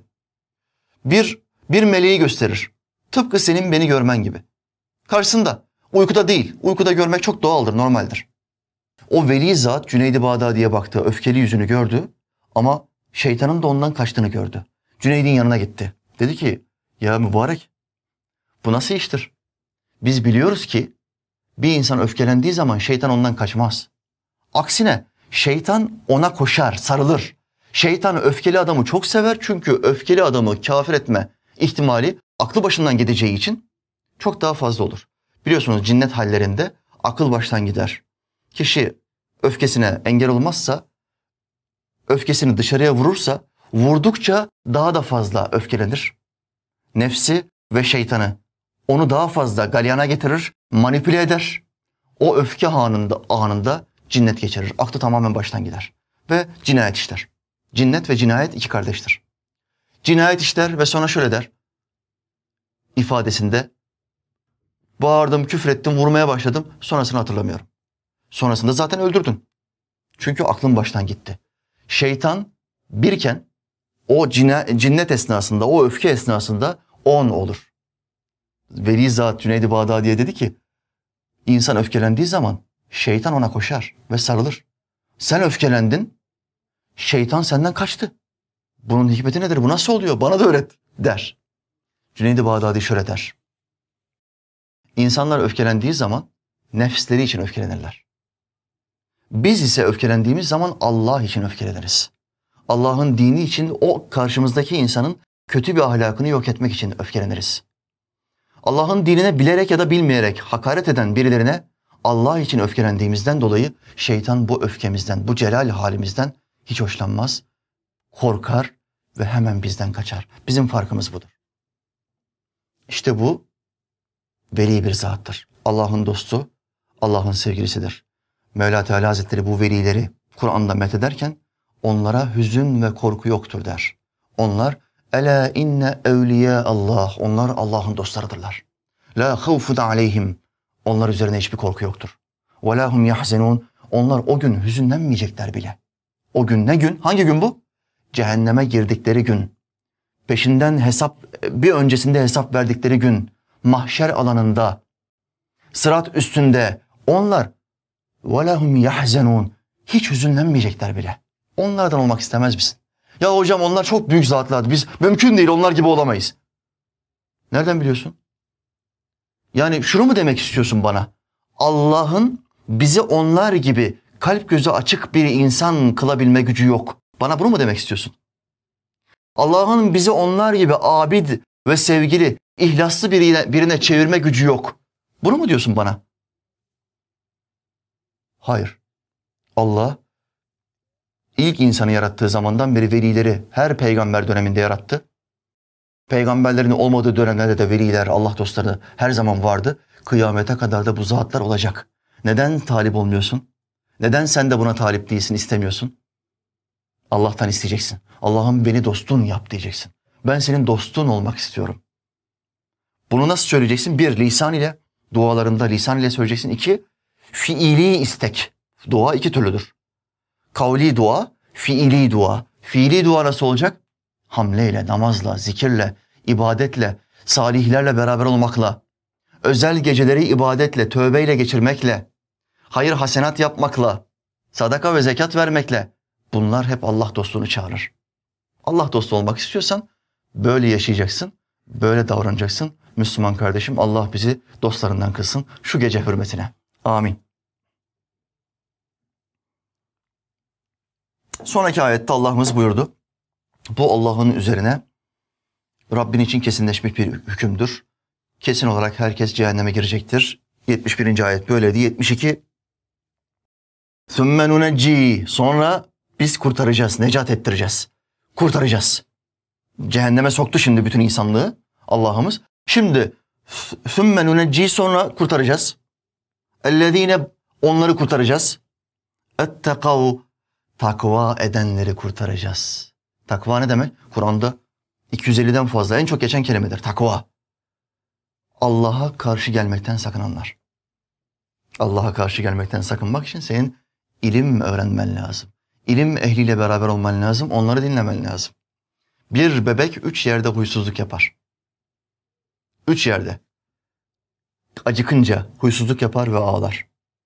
Bir meleği gösterir. Tıpkı senin beni görmen gibi. Karşısında. Uykuda değil. Uykuda görmek çok doğaldır, normaldir. O veli zat Cüneyd-i Bağdadi'ye baktı. Öfkeli yüzünü gördü. Ama şeytanın da ondan kaçtığını gördü. Cüneyd'in yanına gitti. Dedi ki, ya mübarek, bu nasıl iştir? Biz biliyoruz ki bir insan öfkelendiği zaman şeytan ondan kaçmaz. Aksine şeytan ona koşar, sarılır. Şeytan öfkeli adamı çok sever çünkü öfkeli adamı kafir etme ihtimali aklı başından gideceği için çok daha fazla olur. Biliyorsunuz cinnet hallerinde akıl baştan gider. Kişi öfkesine engel olmazsa, öfkesini dışarıya vurursa, vurdukça daha da fazla öfkelenir. Nefsi ve şeytanı onu daha fazla galyana getirir, manipüle eder. O öfke anında cinnet geçirir. Aklı tamamen baştan gider. Ve cinayet işler. Cinnet ve cinayet iki kardeştir. Cinayet işler ve sonra şöyle der. İfadesinde bağırdım, küfrettim, vurmaya başladım. Sonrasını hatırlamıyorum. Sonrasında zaten öldürdün. Çünkü aklın baştan gitti. Şeytan birken o cinnet esnasında, o öfke esnasında 10 olur. Veli Zat Cüneyd-i Bağdadi'ye dedi ki, insan öfkelendiği zaman şeytan ona koşar ve sarılır. Sen öfkelendin, şeytan senden kaçtı. Bunun hikmeti nedir? Bu nasıl oluyor? Bana da öğret der. Cüneyd-i Bağdadi şöyle der. İnsanlar öfkelendiği zaman nefsleri için öfkelenirler. Biz ise öfkelendiğimiz zaman Allah için öfkeleniriz. Allah'ın dini için, o karşımızdaki insanın kötü bir ahlakını yok etmek için öfkeleniriz. Allah'ın dinine bilerek ya da bilmeyerek hakaret eden birilerine Allah için öfkelendiğimizden dolayı şeytan bu öfkemizden, bu celal halimizden hiç hoşlanmaz, korkar ve hemen bizden kaçar. Bizim farkımız budur. İşte bu veli bir zattır. Allah'ın dostu, Allah'ın sevgilisidir. Mevla Teala Hazretleri bu velileri Kur'an'da methederken onlara hüzün ve korku yoktur der. Onlar Ela inne evliya Allah. Onlar Allah'ın dostlarıdırlar. La havfun aleyhim. Onlar üzerine hiçbir korku yoktur. Ve la hum yahzenun. Onlar o gün hüzünlenmeyecekler bile. O gün ne gün? Hangi gün bu? Cehenneme girdikleri gün. Peşinden bir öncesinde hesap verdikleri gün. Mahşer alanında, sırat üstünde onlar ve la hum yahzenun. Hiç hüzünlenmeyecekler bile. Onlardan olmak istemez misin? Ya hocam onlar çok büyük zatlardı. Biz mümkün değil, onlar gibi olamayız. Nereden biliyorsun? Yani şunu mu demek istiyorsun bana? Allah'ın bizi onlar gibi kalp gözü açık bir insan kılabilme gücü yok. Bana bunu mu demek istiyorsun? Allah'ın bizi onlar gibi abid ve sevgili, ihlaslı birine çevirme gücü yok. Bunu mu diyorsun bana? Hayır. Allah ilk insanı yarattığı zamandan beri velileri her peygamber döneminde yarattı. Peygamberlerin olmadığı dönemlerde de veliler, Allah dostları her zaman vardı. Kıyamete kadar da bu zatlar olacak. Neden talip olmuyorsun? Neden sen de buna talip değilsin, istemiyorsun? Allah'tan isteyeceksin. Allah'ım beni dostun yap diyeceksin. Ben senin dostun olmak istiyorum. Bunu nasıl söyleyeceksin? Bir, lisan ile, dualarında lisan ile söyleyeceksin. İki, fiili istek. Dua iki türlüdür. Kavli dua, fiili dua. Fiili dua nasıl olacak? Hamleyle, namazla, zikirle, ibadetle, salihlerle beraber olmakla, özel geceleri ibadetle, tövbeyle geçirmekle, hayır hasenat yapmakla, sadaka ve zekat vermekle, bunlar hep Allah dostluğunu çağırır. Allah dostu olmak istiyorsan böyle yaşayacaksın, böyle davranacaksın. Müslüman kardeşim, Allah bizi dostlarından kılsın şu gece hürmetine. Amin. Sonraki ayette Allah'ımız buyurdu. Bu Allah'ın üzerine Rabbin için kesinleşmiş bir hükümdür. Kesin olarak herkes cehenneme girecektir. 71. ayet böyleydi. 72. ثُمَّ نُنَجِّي Sonra biz kurtaracağız, necat ettireceğiz. Kurtaracağız. Cehenneme soktu şimdi bütün insanlığı Allah'ımız. Şimdi ثُمَّ نُنَجِّي sonra kurtaracağız. اَلَّذ۪ينَ onları kurtaracağız. اَتَّقَوْا takva edenleri kurtaracağız. Takva ne demek? Kur'an'da 250'den fazla en çok geçen kelimedir. Takva. Allah'a karşı gelmekten sakınanlar. Allah'a karşı gelmekten sakınmak için senin ilim öğrenmen lazım. İlim ehliyle beraber olman lazım. Onları dinlemen lazım. Bir bebek 3 yerde huysuzluk yapar. 3 yerde. Acıkınca huysuzluk yapar ve ağlar.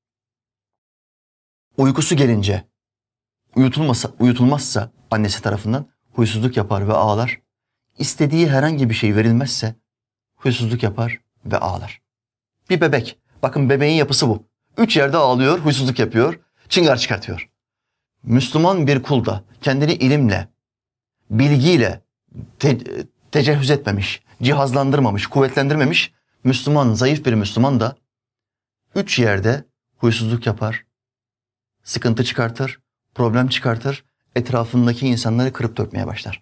Uykusu gelince, uyutulmazsa annesi tarafından huysuzluk yapar ve ağlar. İstediği herhangi bir şey verilmezse huysuzluk yapar ve ağlar. Bir bebek. Bakın bebeğin yapısı bu. 3 yerde ağlıyor, huysuzluk yapıyor, çıngar çıkartıyor. Müslüman bir kul da kendini ilimle, bilgiyle tecehüz etmemiş, cihazlandırmamış, kuvvetlendirmemiş Müslüman, zayıf bir Müslüman da 3 yerde huysuzluk yapar, sıkıntı çıkartır, problem çıkartır, etrafındaki insanları kırıp dökmeye başlar.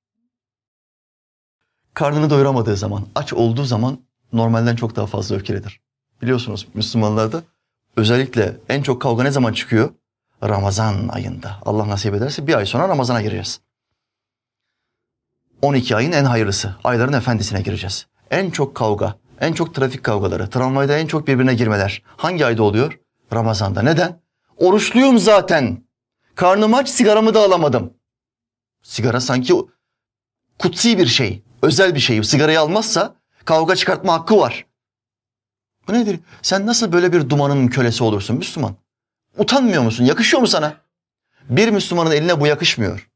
Karnını doyuramadığı zaman, aç olduğu zaman normalden çok daha fazla öfkelidir. Biliyorsunuz Müslümanlarda özellikle en çok kavga ne zaman çıkıyor? Ramazan ayında. Allah nasip ederse bir ay sonra Ramazan'a gireceğiz. 12 ayın en hayırlısı, ayların efendisine gireceğiz. En çok kavga, en çok trafik kavgaları, tramvayda en çok birbirine girmeler hangi ayda oluyor? Ramazan'da. Neden? Oruçluyum zaten. Karnım aç, sigaramı da alamadım. Sigara sanki kutsi bir şey, özel bir şey. Sigarayı almazsa kavga çıkartma hakkı var. Bu nedir? Sen nasıl böyle bir dumanın kölesi olursun Müslüman? Utanmıyor musun? Yakışıyor mu sana? Bir Müslümanın eline bu yakışmıyor.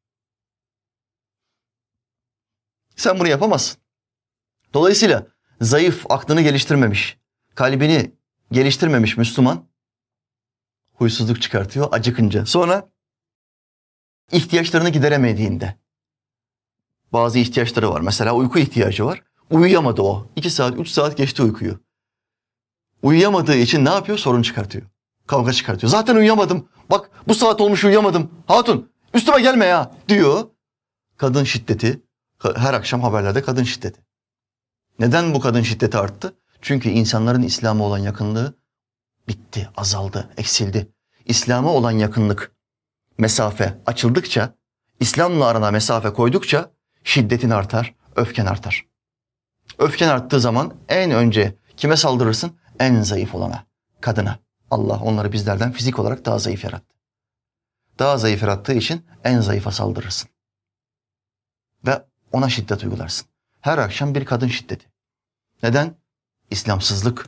Sen bunu yapamazsın. Dolayısıyla zayıf, aklını geliştirmemiş, kalbini geliştirmemiş Müslüman huysuzluk çıkartıyor acıkınca. Sonra ihtiyaçlarını gideremediğinde. Bazı ihtiyaçları var. Mesela uyku ihtiyacı var. Uyuyamadı o. 2 saat, 3 saat geçti uykuyu. Uyuyamadığı için ne yapıyor? Sorun çıkartıyor. Kavga çıkartıyor. Zaten uyuyamadım. Bak bu saat olmuş uyuyamadım. Hatun üstüme gelme ya diyor. Kadın şiddeti. Her akşam haberlerde kadın şiddeti. Neden bu kadın şiddeti arttı? Çünkü insanların İslam'a olan yakınlığı bitti, azaldı, eksildi. İslam'a olan yakınlık, mesafe açıldıkça, İslam'la arana mesafe koydukça şiddetin artar, öfken artar. Öfken arttığı zaman en önce kime saldırırsın? En zayıf olana, kadına. Allah onları bizlerden fizik olarak daha zayıf yarattı. Daha zayıf yarattığı için en zayıfa saldırırsın. Ve ona şiddet uygularsın. Her akşam bir kadın şiddeti. Neden? İslamsızlık.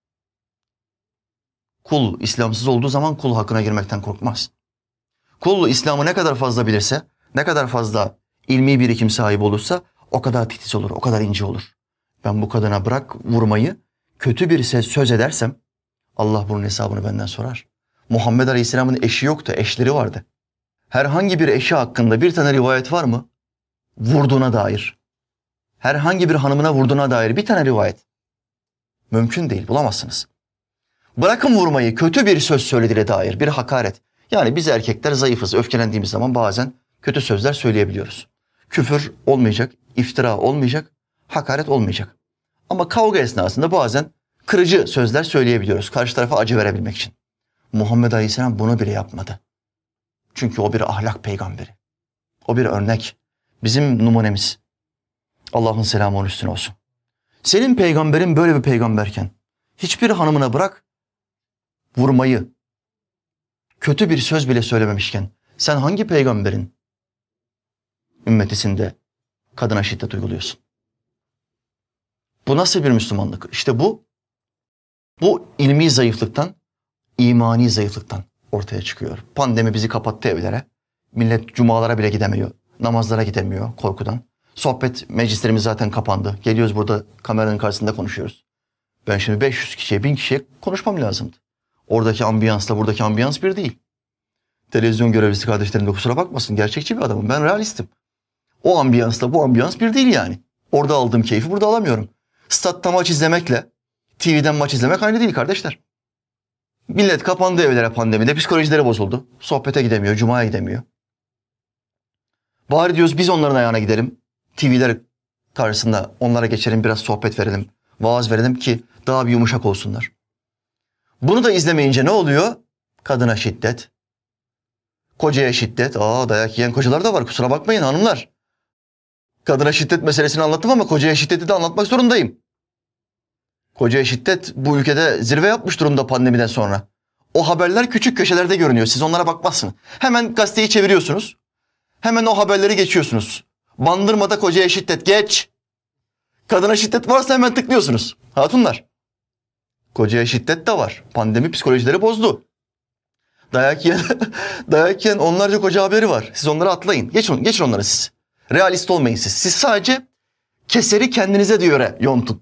Kul İslamsız olduğu zaman kul hakkına girmekten korkmaz. Kul İslam'ı ne kadar fazla bilirse, ne kadar fazla ilmi birikim sahibi olursa o kadar titiz olur, o kadar ince olur. Ben bu kadına bırak vurmayı, kötü bir söz edersem Allah bunun hesabını benden sorar. Muhammed Aleyhisselam'ın eşi yoktu, eşleri vardı. Herhangi bir eşi hakkında bir tane rivayet var mı? Vurduğuna dair. Herhangi bir hanımına vurduğuna dair bir tane rivayet. Mümkün değil, bulamazsınız. Bırakın vurmayı, kötü bir söz söylediğine dair bir hakaret. Yani biz erkekler zayıfız, öfkelendiğimiz zaman bazen kötü sözler söyleyebiliyoruz. Küfür olmayacak, iftira olmayacak, hakaret olmayacak. Ama kavga esnasında bazen kırıcı sözler söyleyebiliyoruz karşı tarafa acı verebilmek için. Muhammed Aleyhisselam bunu bile yapmadı. Çünkü o bir ahlak peygamberi. O bir örnek. Bizim numunemiz. Allah'ın selamı onun üstüne olsun. Senin peygamberin böyle bir peygamberken hiçbir hanımına bırak vurmayı, kötü bir söz bile söylememişken sen hangi peygamberin ümmetisinde kadına şiddet uyguluyorsun? Bu nasıl bir Müslümanlık? İşte bu ilmi zayıflıktan, imani zayıflıktan ortaya çıkıyor. Pandemi bizi kapattı evlere. Millet cumalara bile gidemiyor. Namazlara gidemiyor korkudan. Sohbet meclislerimiz zaten kapandı. Geliyoruz burada kameranın karşısında konuşuyoruz. Ben şimdi 500 kişiye, 1000 kişiye konuşmam lazımdı. Oradaki ambiyansla buradaki ambiyans bir değil. Televizyon görevlisi kardeşlerim de kusura bakmasın. Gerçekçi bir adamım. Ben realistim. O ambiyansla bu ambiyans bir değil yani. Orada aldığım keyfi burada alamıyorum. Statta maç izlemekle TV'den maç izlemek aynı değil kardeşler. Millet kapandı evlere pandemide. Psikolojileri bozuldu. Sohbete gidemiyor. Cuma'ya gidemiyor. Bari diyoruz biz onların ayağına gidelim. TV'ler karşısında onlara geçelim. Biraz sohbet verelim. Vaaz verelim ki daha bir yumuşak olsunlar. Bunu da izlemeyince ne oluyor? Kadına şiddet. Kocaya şiddet. Dayak yiyen kocalar da var. Kusura bakmayın hanımlar. Kadına şiddet meselesini anlattım ama kocaya şiddeti de anlatmak zorundayım. Kocaya şiddet bu ülkede zirve yapmış durumda pandemiden sonra. O haberler küçük köşelerde görünüyor. Siz onlara bakmazsınız. Hemen gazeteyi çeviriyorsunuz. Hemen o haberleri geçiyorsunuz. Bandırmada kocaya şiddet geç. Kadına şiddet varsa hemen tıklıyorsunuz. Hatunlar. Kocaya şiddet de var. Pandemi psikolojileri bozdu. Dayak yiyen onlarca koca haberi var. Siz onları atlayın. Geçin onları siz. Realist olmayın siz. Siz sadece keseri kendinize göre yontun.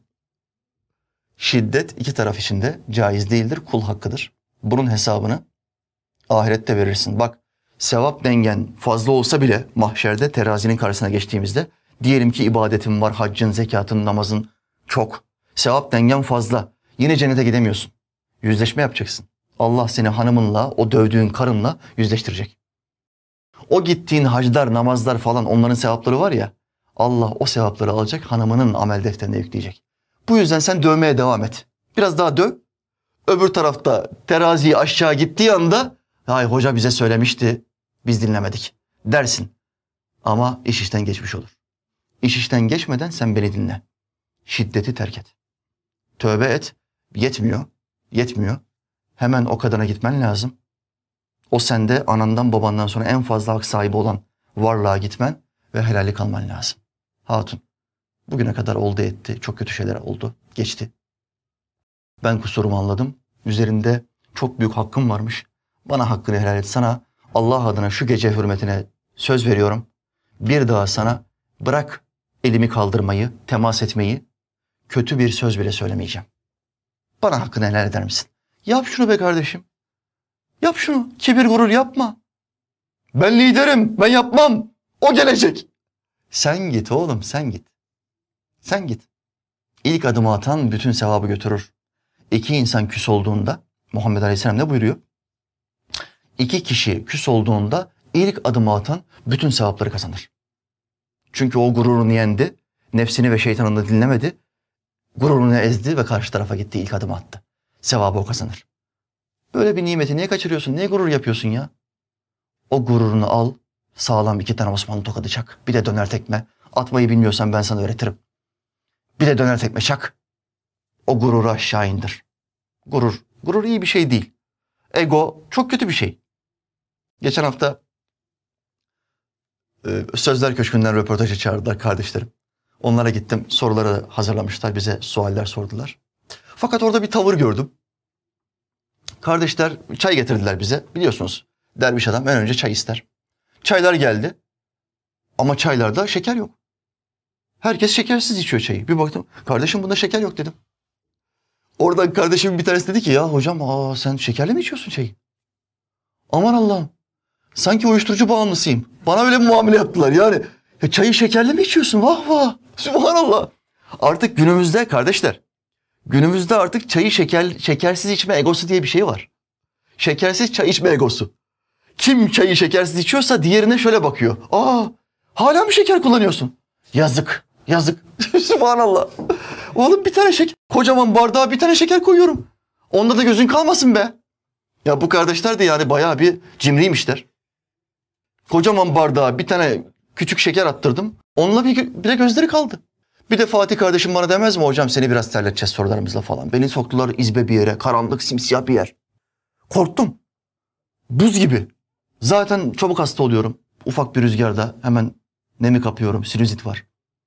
Şiddet iki taraf için de caiz değildir, kul hakkıdır. Bunun hesabını ahirette verirsin. Bak, sevap dengen fazla olsa bile mahşerde terazinin karşısına geçtiğimizde diyelim ki ibadetin var, haccın, zekatın, namazın çok. Sevap dengen fazla. Yine cennete gidemiyorsun. Yüzleşme yapacaksın. Allah seni hanımınla, o dövdüğün karınla yüzleştirecek. O gittiğin haclar, namazlar falan onların sevapları var ya, Allah o sevapları alacak, hanımının amel defterine yükleyecek. Bu yüzden sen dövmeye devam et. Biraz daha döv. Öbür tarafta terazi aşağı gittiği anda "Hay hoca bize söylemişti, biz dinlemedik" dersin. Ama iş işten geçmiş olur. İş işten geçmeden sen beni dinle. Şiddeti terk et. Tövbe et. Yetmiyor. Hemen o kadına gitmen lazım. O sende anandan babandan sonra en fazla hak sahibi olan varlığa gitmen ve helallik alman lazım. Hatun, bugüne kadar oldu etti. Çok kötü şeyler oldu. Geçti. Ben kusurumu anladım. Üzerinde çok büyük hakkım varmış. Bana hakkını helal et. Sana Allah adına şu gece hürmetine söz veriyorum. Bir daha sana bırak elimi kaldırmayı, temas etmeyi, kötü bir söz bile söylemeyeceğim. Bana hakkını helal eder misin? Yap şunu be kardeşim. Yap şunu. Kibir gurur yapma. Ben liderim. Ben yapmam. O gelecek. Sen git oğlum, sen git. Sen git. İlk adımı atan bütün sevabı götürür. İki insan küs olduğunda, Muhammed Aleyhisselam ne buyuruyor? İki kişi küs olduğunda ilk adımı atan bütün sevapları kazanır. Çünkü o gururunu yendi, nefsini ve şeytanını dinlemedi, gururunu ezdi ve karşı tarafa gitti, ilk adımı attı. Sevabı o kazanır. Böyle bir nimeti niye kaçırıyorsun? Niye gurur yapıyorsun ya? O gururunu al, sağlam 2 tane Osmanlı tokadı çak. Bir de döner tekme. Atmayı bilmiyorsan ben sana öğretirim. Bir de döner tekme çak. O gururu aşağı indir. Gurur iyi bir şey değil. Ego çok kötü bir şey. Geçen hafta Sözler Köşkü'nden röportaja çağırdılar kardeşlerim. Onlara gittim. Soruları hazırlamışlar. Bize sualler sordular. Fakat orada bir tavır gördüm. Kardeşler çay getirdiler bize. Biliyorsunuz derviş adam en önce çay ister. Çaylar geldi. Ama çaylarda şeker yok. Herkes şekersiz içiyor çayı. Bir baktım, kardeşim bunda şeker yok dedim. Oradan kardeşim bir tanesi dedi ki, ya hocam sen şekerli mi içiyorsun çayı? Aman Allah'ım. Sanki uyuşturucu bağımlısıyım. Bana öyle bir muamele yaptılar yani. Ya çayı şekerli mi içiyorsun? Vah vah. Subhanallah. Artık günümüzde kardeşler, günümüzde artık çayı şekersiz içme egosu diye bir şey var. Şekersiz çay içme egosu. Kim çayı şekersiz içiyorsa diğerine şöyle bakıyor. Aa, hala mı şeker kullanıyorsun? Yazık, yazık. Subhanallah. Oğlum bir tane şeker, kocaman bardağa bir tane şeker koyuyorum. Onda da gözün kalmasın be. Ya bu kardeşler de yani bayağı bir cimriymişler. Kocaman bardağa bir tane küçük şeker attırdım. Onunla bir de gözleri kaldı. Bir de Fatih kardeşim bana demez mi hocam seni biraz terleteceğiz sorularımızla falan. Beni soktular izbe bir yere, karanlık simsiyah bir yer. Korktum. Buz gibi. Zaten çabuk hasta oluyorum. Ufak bir rüzgarda hemen nemi kapıyorum, sinüzit var.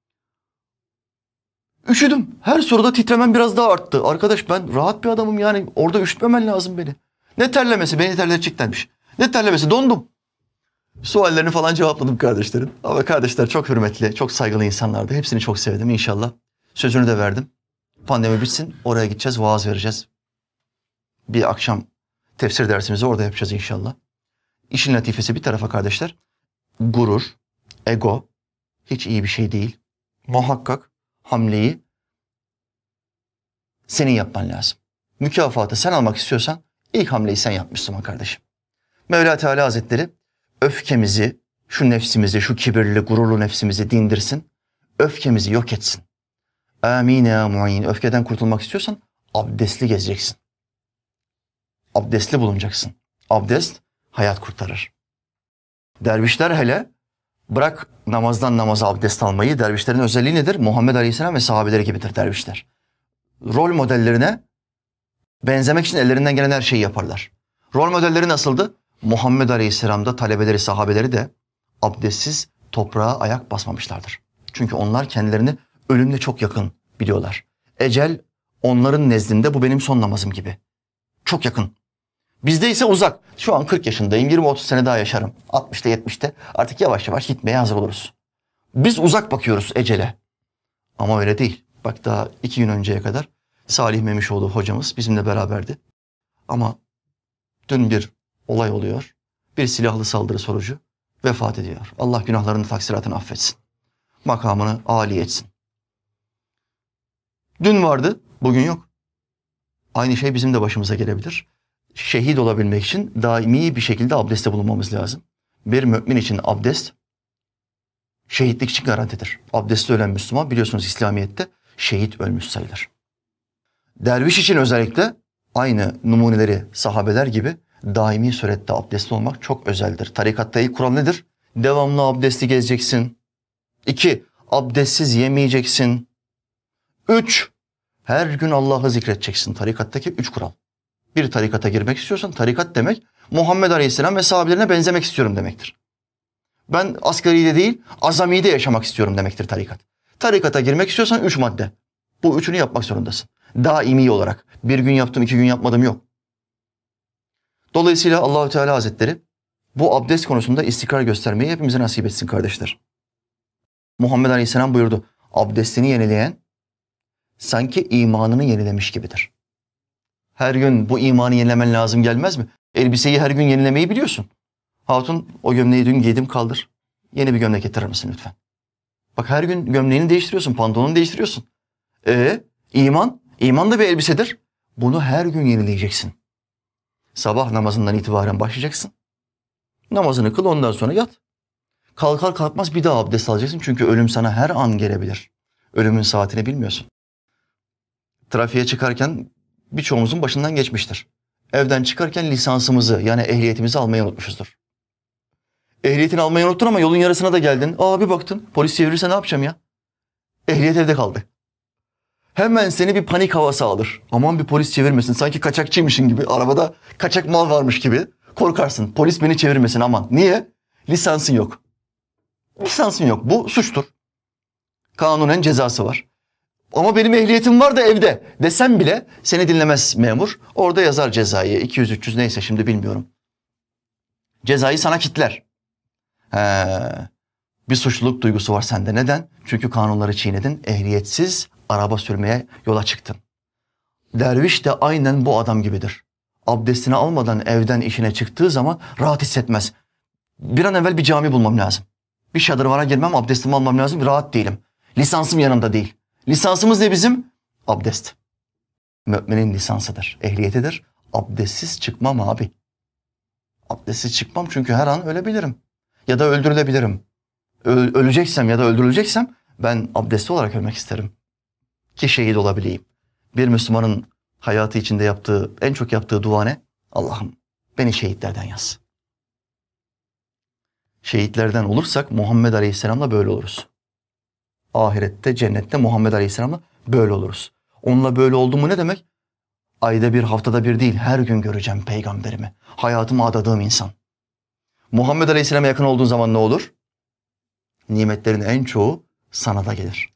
Üşüdüm. Her soruda titremem biraz daha arttı. Arkadaş ben rahat bir adamım yani orada üşütmemen lazım beni. Ne terlemesi, beni terleteceklermiş. Ne terlemesi, dondum. Suallerini falan cevapladım kardeşlerin. Ama kardeşler çok hürmetli, çok saygılı insanlardı. Hepsini çok sevdim inşallah. Sözünü de verdim. Pandemi bitsin, oraya gideceğiz, vaaz vereceğiz. Bir akşam tefsir dersimizi orada yapacağız inşallah. İşin latifesi bir tarafa kardeşler. Gurur, ego hiç iyi bir şey değil. Muhakkak hamleyi senin yapman lazım. Mükafatı sen almak istiyorsan ilk hamleyi sen yap Müslüman kardeşim. Mevla Teala Hazretleri öfkemizi, şu nefsimizi, şu kibirli, gururlu nefsimizi dindirsin. Öfkemizi yok etsin. Amin ya mu'in. Öfkeden kurtulmak istiyorsan abdestli gezeceksin. Abdestli bulunacaksın. Abdest hayat kurtarır. Dervişler hele bırak namazdan namaza abdest almayı. Dervişlerin özelliği nedir? Muhammed Aleyhisselam ve sahabeleri gibidir dervişler. Rol modellerine benzemek için ellerinden gelen her şeyi yaparlar. Rol modelleri nasıldı? Muhammed Aleyhisselam'da talebeleri, sahabeleri de abdestsiz toprağa ayak basmamışlardır. Çünkü onlar kendilerini ölümle çok yakın biliyorlar. Ecel onların nezdinde bu benim son namazım gibi. Çok yakın. Bizde ise uzak. Şu an 40 yaşındayım, 20-30 sene daha yaşarım. 60'ta 70'te artık yavaş yavaş gitmeye hazır oluruz. Biz uzak bakıyoruz ecele. Ama öyle değil. Bak daha 2 gün önceye kadar Salih Memişoğlu hocamız bizimle beraberdi. Ama dün bir olay oluyor. Bir silahlı saldırı sonucu vefat ediyor. Allah günahlarını taksiratını affetsin. Makamını âli etsin. Dün vardı, bugün yok. Aynı şey bizim de başımıza gelebilir. Şehit olabilmek için daimi bir şekilde abdeste bulunmamız lazım. Bir mümin için abdest şehitlik için garantidir. Abdestli ölen Müslüman biliyorsunuz İslamiyet'te şehit ölmüş sayılır. Derviş için özellikle aynı numuneleri sahabeler gibi daimi surette abdestli olmak çok özeldir. Tarikatta ilk kural nedir? Devamlı abdestli gezeceksin. 2. Abdestsiz yemeyeceksin. 3. Her gün Allah'ı zikredeceksin. Tarikattaki 3 kural. Bir tarikata girmek istiyorsan tarikat demek Muhammed Aleyhisselam ve sahabelerine benzemek istiyorum demektir. Ben asgaride değil azamide yaşamak istiyorum demektir tarikat. Tarikata girmek istiyorsan 3 madde. Bu üçünü yapmak zorundasın. Daimi olarak. Bir gün yaptım, 2 gün yapmadım yok. Dolayısıyla Allahu Teala Hazretleri bu abdest konusunda istikrar göstermeyi hepimize nasip etsin kardeşler. Muhammed Aleyhisselam buyurdu. Abdestini yenileyen sanki imanını yenilemiş gibidir. Her gün bu imanı yenilemen lazım gelmez mi? Elbiseyi her gün yenilemeyi biliyorsun. Hatun o gömleği dün giydim kaldır. Yeni bir gömlek getirir misin lütfen? Bak her gün gömleğini değiştiriyorsun, pantolonunu değiştiriyorsun. İman da bir elbisedir. Bunu her gün yenileyeceksin. Sabah namazından itibaren başlayacaksın. Namazını kıl ondan sonra yat. Kalkar kalkmaz bir daha abdest alacaksın. Çünkü ölüm sana her an gelebilir. Ölümün saatini bilmiyorsun. Trafiğe çıkarken birçoğumuzun başından geçmiştir. Evden çıkarken lisansımızı yani ehliyetimizi almayı unutmuşuzdur. Ehliyetini almayı unuttun ama yolun yarısına da geldin. Bir baktın polis çevirirse ne yapacağım ya? Ehliyet evde kaldı. Hemen seni bir panik havası alır. Aman bir polis çevirmesin. Sanki kaçakçıymışın gibi. Arabada kaçak mal varmış gibi. Korkarsın. Polis beni çevirmesin aman. Niye? Lisansın yok. Lisansın yok. Bu suçtur. Kanunen cezası var. Ama benim ehliyetim var da evde desem bile seni dinlemez memur. Orada yazar cezayı. 200-300 neyse şimdi bilmiyorum. Cezayı sana kitler. Bir suçluluk duygusu var sende. Neden? Çünkü kanunları çiğnedin. Ehliyetsiz araba sürmeye yola çıktın. Derviş de aynen bu adam gibidir. abdestini almadan evden işine çıktığı zaman rahat hissetmez. Bir an evvel bir cami bulmam lazım. Bir şadırvana girmem, abdestimi almam lazım. Rahat değilim. Lisansım yanımda değil. Lisansımız ne bizim? Abdest. Müminin lisansıdır, ehliyetidir. Abdestsiz çıkmam abi. Abdestsiz çıkmam çünkü her an ölebilirim. Ya da öldürülebilirim. Öleceksem ya da öldürüleceksem ben abdestli olarak ölmek isterim. Ki şehit olabileyim. Bir Müslümanın hayatı içinde yaptığı, en çok yaptığı dua ne? Allah'ım beni şehitlerden yaz. Şehitlerden olursak Muhammed Aleyhisselam'la böyle oluruz. Ahirette, cennette Muhammed Aleyhisselam'la böyle oluruz. Onunla böyle oldu mu ne demek? Ayda bir, haftada bir değil, her gün göreceğim peygamberimi. Hayatıma adadığım insan. Muhammed Aleyhisselam'a yakın olduğun zaman ne olur? Nimetlerin en çoğu sana da gelir.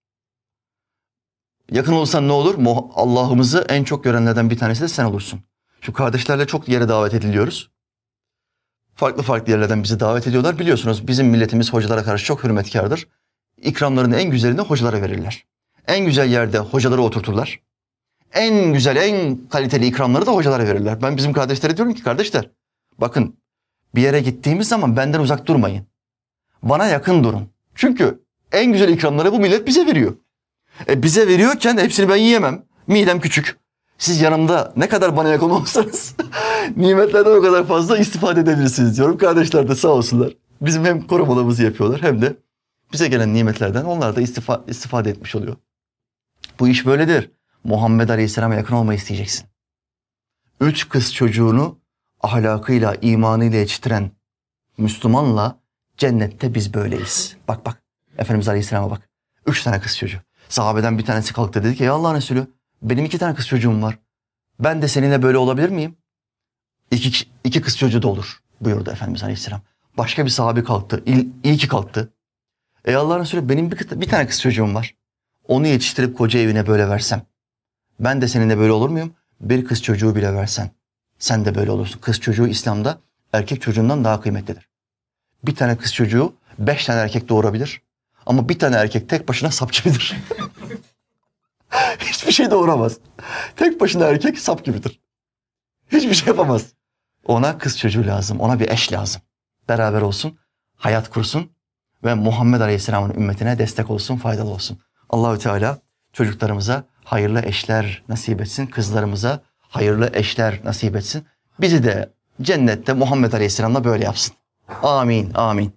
Yakın olursan ne olur? Allah'ımızı en çok görenlerden bir tanesi de sen olursun. Şu kardeşlerle çok yere davet ediliyoruz. Farklı farklı yerlerden bizi davet ediyorlar. Biliyorsunuz bizim milletimiz hocalara karşı çok hürmetkardır. İkramların en güzelini hocalara verirler. En güzel yerde hocaları oturturlar. En güzel, en kaliteli ikramları da hocalara verirler. Ben bizim kardeşlere diyorum ki kardeşler bakın bir yere gittiğimiz zaman benden uzak durmayın. Bana yakın durun. Çünkü en güzel ikramları bu millet bize veriyor. Bize veriyorken hepsini ben yiyemem. Midem küçük. Siz yanımda ne kadar bana yakın olursanız nimetlerden o kadar fazla istifade edebilirsiniz diyorum. Kardeşler de sağ olsunlar. Bizim hem korumalarımızı yapıyorlar hem de bize gelen nimetlerden onlar da istifade etmiş oluyor. Bu iş böyledir. Muhammed Aleyhisselam'a yakın olmayı isteyeceksin. 3 kız çocuğunu ahlakıyla, imanıyla yetiştiren Müslümanla cennette biz böyleyiz. Bak bak. Efendimiz Aleyhisselam'a bak. 3 tane kız çocuğu. Sahabeden bir tanesi kalktı dedi ki ya Allah'ın Resulü benim 2 tane kız çocuğum var. Ben de seninle böyle olabilir miyim? İki kız çocuğu da olur buyurdu Efendimiz Aleyhisselam. Başka bir sahabe kalktı. İyi ki kalktı. Ey Allah'ın Resulü benim bir tane kız çocuğum var. Onu yetiştirip koca evine böyle versem. Ben de seninle böyle olur muyum? Bir kız çocuğu bile versen. Sen de böyle olursun. Kız çocuğu İslam'da erkek çocuğundan daha kıymetlidir. Bir tane kız çocuğu 5 tane erkek doğurabilir. Ama bir tane erkek tek başına sap gibidir. Hiçbir şey doğuramaz. Tek başına erkek sap gibidir. Hiçbir şey yapamaz. Ona kız çocuğu lazım. Ona bir eş lazım. Beraber olsun, hayat kursun ve Muhammed Aleyhisselam'ın ümmetine destek olsun, faydalı olsun. Allahü Teala çocuklarımıza hayırlı eşler nasip etsin. Kızlarımıza hayırlı eşler nasip etsin. Bizi de cennette Muhammed Aleyhisselam'la böyle yapsın. Amin, amin.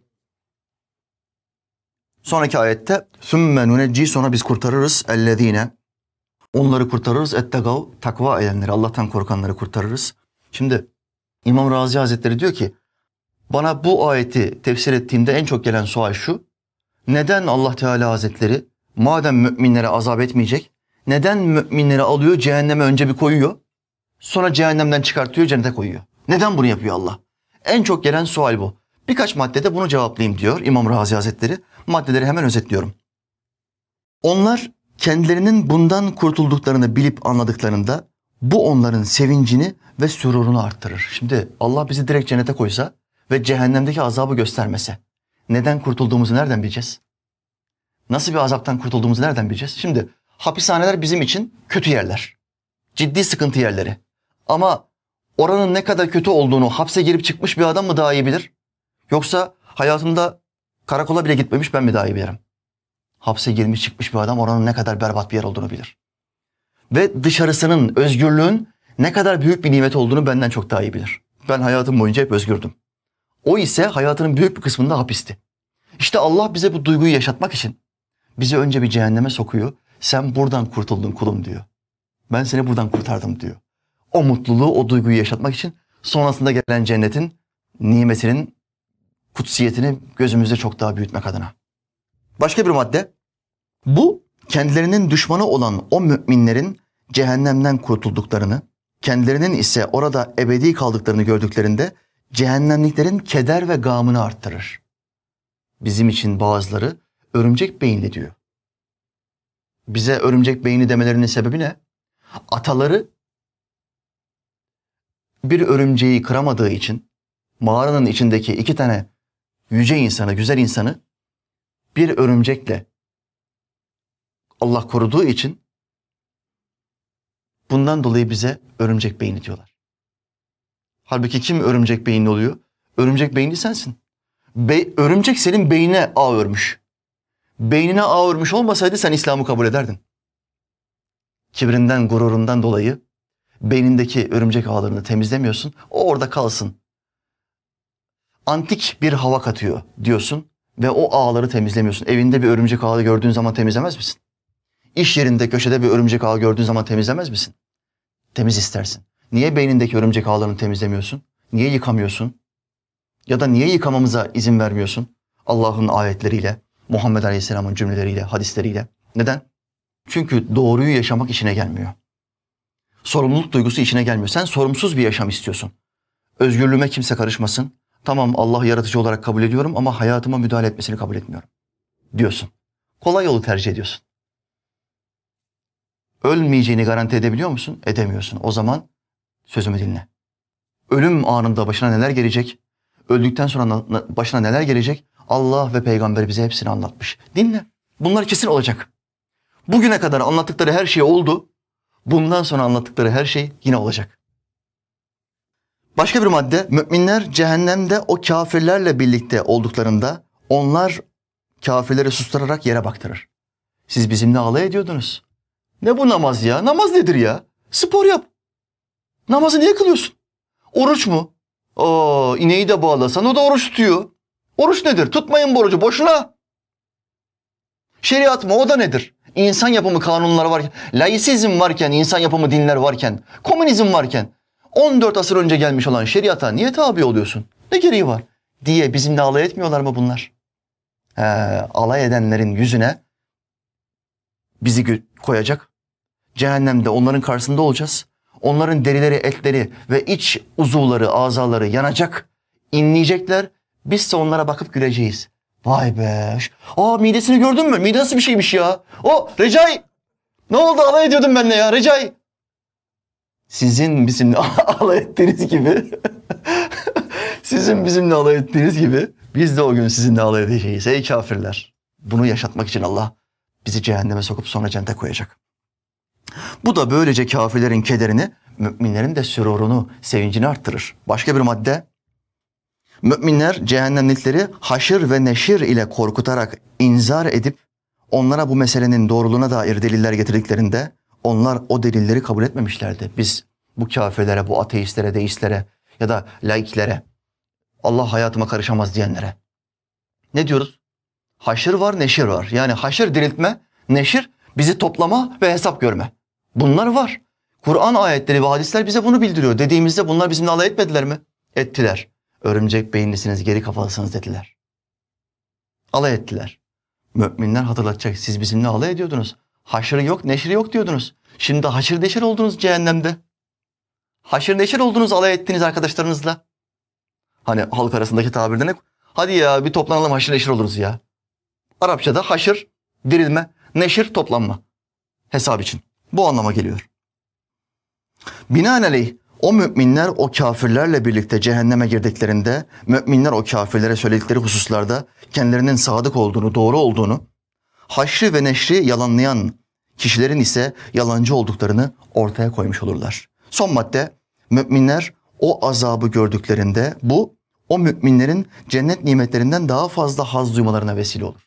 Sonraki ayette ثُمَّ نُنَجِّي sonra biz kurtarırız اَلَّذ۪ينَ onları kurtarırız ettegav takva edenleri, Allah'tan korkanları kurtarırız. Şimdi İmam Razi Hazretleri diyor ki bana bu ayeti tefsir ettiğimde en çok gelen sual şu. Neden Allah Teala Hazretleri madem müminlere azap etmeyecek, neden müminleri alıyor cehenneme önce bir koyuyor, sonra cehennemden çıkartıyor cennete koyuyor? Neden bunu yapıyor Allah? En çok gelen sual bu. Birkaç maddede bunu cevaplayayım diyor İmam Razi Hazretleri. Maddeleri hemen özetliyorum. Onlar kendilerinin bundan kurtulduklarını bilip anladıklarında bu onların sevincini ve sürurunu arttırır. Şimdi Allah bizi direkt cennete koysa ve cehennemdeki azabı göstermese neden kurtulduğumuzu nereden bileceğiz? Nasıl bir azaptan kurtulduğumuzu nereden bileceğiz? Şimdi hapishaneler bizim için kötü yerler. Ciddi sıkıntı yerleri. Ama oranın ne kadar kötü olduğunu hapse girip çıkmış bir adam mı daha iyi bilir? Yoksa hayatında karakola bile gitmemiş ben mi daha iyi bilirim? Hapse girmiş çıkmış bir adam oranın ne kadar berbat bir yer olduğunu bilir. Ve dışarısının, özgürlüğün ne kadar büyük bir nimet olduğunu benden çok daha iyi bilir. Ben hayatım boyunca hep özgürdüm. O ise hayatının büyük bir kısmında hapisti. İşte Allah bize bu duyguyu yaşatmak için bizi önce bir cehenneme sokuyor. Sen buradan kurtuldun kulum diyor. Ben seni buradan kurtardım diyor. O mutluluğu, o duyguyu yaşatmak için sonrasında gelen cennetin nimetinin kutsiyetini gözümüzde çok daha büyütmek adına. Başka bir madde. Bu kendilerinin düşmanı olan o müminlerin cehennemden kurtulduklarını, kendilerinin ise orada ebedi kaldıklarını gördüklerinde cehennemliklerin keder ve gamını arttırır. Bizim için bazıları örümcek beyinli diyor. Bize örümcek beyni demelerinin sebebi ne? Ataları bir örümceği kıramadığı için mağaranın içindeki 2 tane yüce insanı, güzel insanı bir örümcekle Allah koruduğu için bundan dolayı bize örümcek beyni diyorlar. Halbuki kim örümcek beyinli oluyor? Örümcek beyinli sensin. Örümcek senin beynine ağ örmüş. Beynine ağ örmüş olmasaydı sen İslam'ı kabul ederdin. Kibrinden, gururundan dolayı beynindeki örümcek ağlarını temizlemiyorsun. O orada kalsın. Antik bir hava katıyor diyorsun ve o ağları temizlemiyorsun. Evinde bir örümcek ağı gördüğün zaman temizlemez misin? İş yerinde köşede bir örümcek ağı gördüğün zaman temizlemez misin? Temiz istersin. Niye beynindeki örümcek ağlarını temizlemiyorsun? Niye yıkamıyorsun? Ya da niye yıkamamıza izin vermiyorsun? Allah'ın ayetleriyle, Muhammed Aleyhisselam'ın cümleleriyle, hadisleriyle. Neden? Çünkü doğruyu yaşamak işine gelmiyor. Sorumluluk duygusu işine gelmiyor. Sen sorumsuz bir yaşam istiyorsun. Özgürlüğüme kimse karışmasın. Tamam, Allah yaratıcı olarak kabul ediyorum ama hayatıma müdahale etmesini kabul etmiyorum diyorsun. Kolay yolu tercih ediyorsun. Ölmeyeceğini garanti edebiliyor musun? Edemiyorsun. O zaman sözümü dinle. Ölüm anında başına neler gelecek? Öldükten sonra başına neler gelecek? Allah ve peygamber bize hepsini anlatmış. Dinle. Bunlar kesin olacak. Bugüne kadar anlattıkları her şey oldu. Bundan sonra anlattıkları her şey yine olacak. Başka bir madde, müminler cehennemde o kafirlerle birlikte olduklarında onlar kafirleri susturarak yere baktırır. Siz bizimle alay ediyordunuz. Ne bu namaz ya? Namaz nedir ya? Spor yap. Namazı niye kılıyorsun? Oruç mu? İneği de bağlasan o da oruç tutuyor. Oruç nedir? Tutmayın bu orucu boşuna. Şeriat mı? O da nedir? İnsan yapımı kanunlar varken, laisizm varken, insan yapımı dinler varken, komünizm varken 14 asır önce gelmiş olan şeriata niye tabi oluyorsun? Ne gereği var? Diye bizimle alay etmiyorlar mı bunlar? Alay edenlerin yüzüne bizi koyacak. Cehennemde onların karşısında olacağız. Onların derileri, etleri ve iç uzuvları, azaları yanacak. İnleyecekler. Biz de onlara bakıp güleceğiz. Vay be. Midesini gördün mü? Mide nasıl bir şeymiş ya? Recai. Ne oldu? Alay ediyordun benimle ya Recai. Sizin bizimle alay ettiğiniz gibi sizin bizimle alay ettiğiniz gibi biz de o gün sizinle alay edeceğiz. Ey kafirler. Bunu yaşatmak için Allah bizi cehenneme sokup sonra cennete koyacak. Bu da böylece kafirlerin kederini, müminlerin de sürurunu, sevincini arttırır. Başka bir madde, müminler cehennemlikleri haşır ve neşir ile korkutarak inzar edip onlara bu meselenin doğruluğuna dair deliller getirdiklerinde onlar o delilleri kabul etmemişlerdi. Biz bu kafirlere, bu ateistlere, deistlere ya da laiklere, Allah hayatıma karışamaz diyenlere ne diyoruz? Haşır var, neşir var. Yani haşır diriltme, neşir bizi toplama ve hesap görme. Bunlar var. Kur'an ayetleri ve hadisler bize bunu bildiriyor. Dediğimizde bunlar bizimle alay etmediler mi? Ettiler. Örümcek beyinlisiniz, geri kafalısınız dediler. Alay ettiler. Müminler hatırlatacak. Siz bizimle alay ediyordunuz. Haşırı yok, neşri yok diyordunuz. Şimdi haşır neşir oldunuz cehennemde. Haşır neşir oldunuz alay ettiğiniz arkadaşlarınızla. Hani halk arasındaki tabirde ne? Hadi ya bir toplanalım haşır neşir oluruz ya. Arapçada haşır, dirilme, neşir, toplanma. Hesap için. Bu anlama geliyor. Binaenaleyh o müminler o kafirlerle birlikte cehenneme girdiklerinde müminler o kafirlere söyledikleri hususlarda kendilerinin sadık olduğunu, doğru olduğunu, haşri ve neşri yalanlayan kişilerin ise yalancı olduklarını ortaya koymuş olurlar. Son madde, müminler o azabı gördüklerinde bu o müminlerin cennet nimetlerinden daha fazla haz duymalarına vesile olur.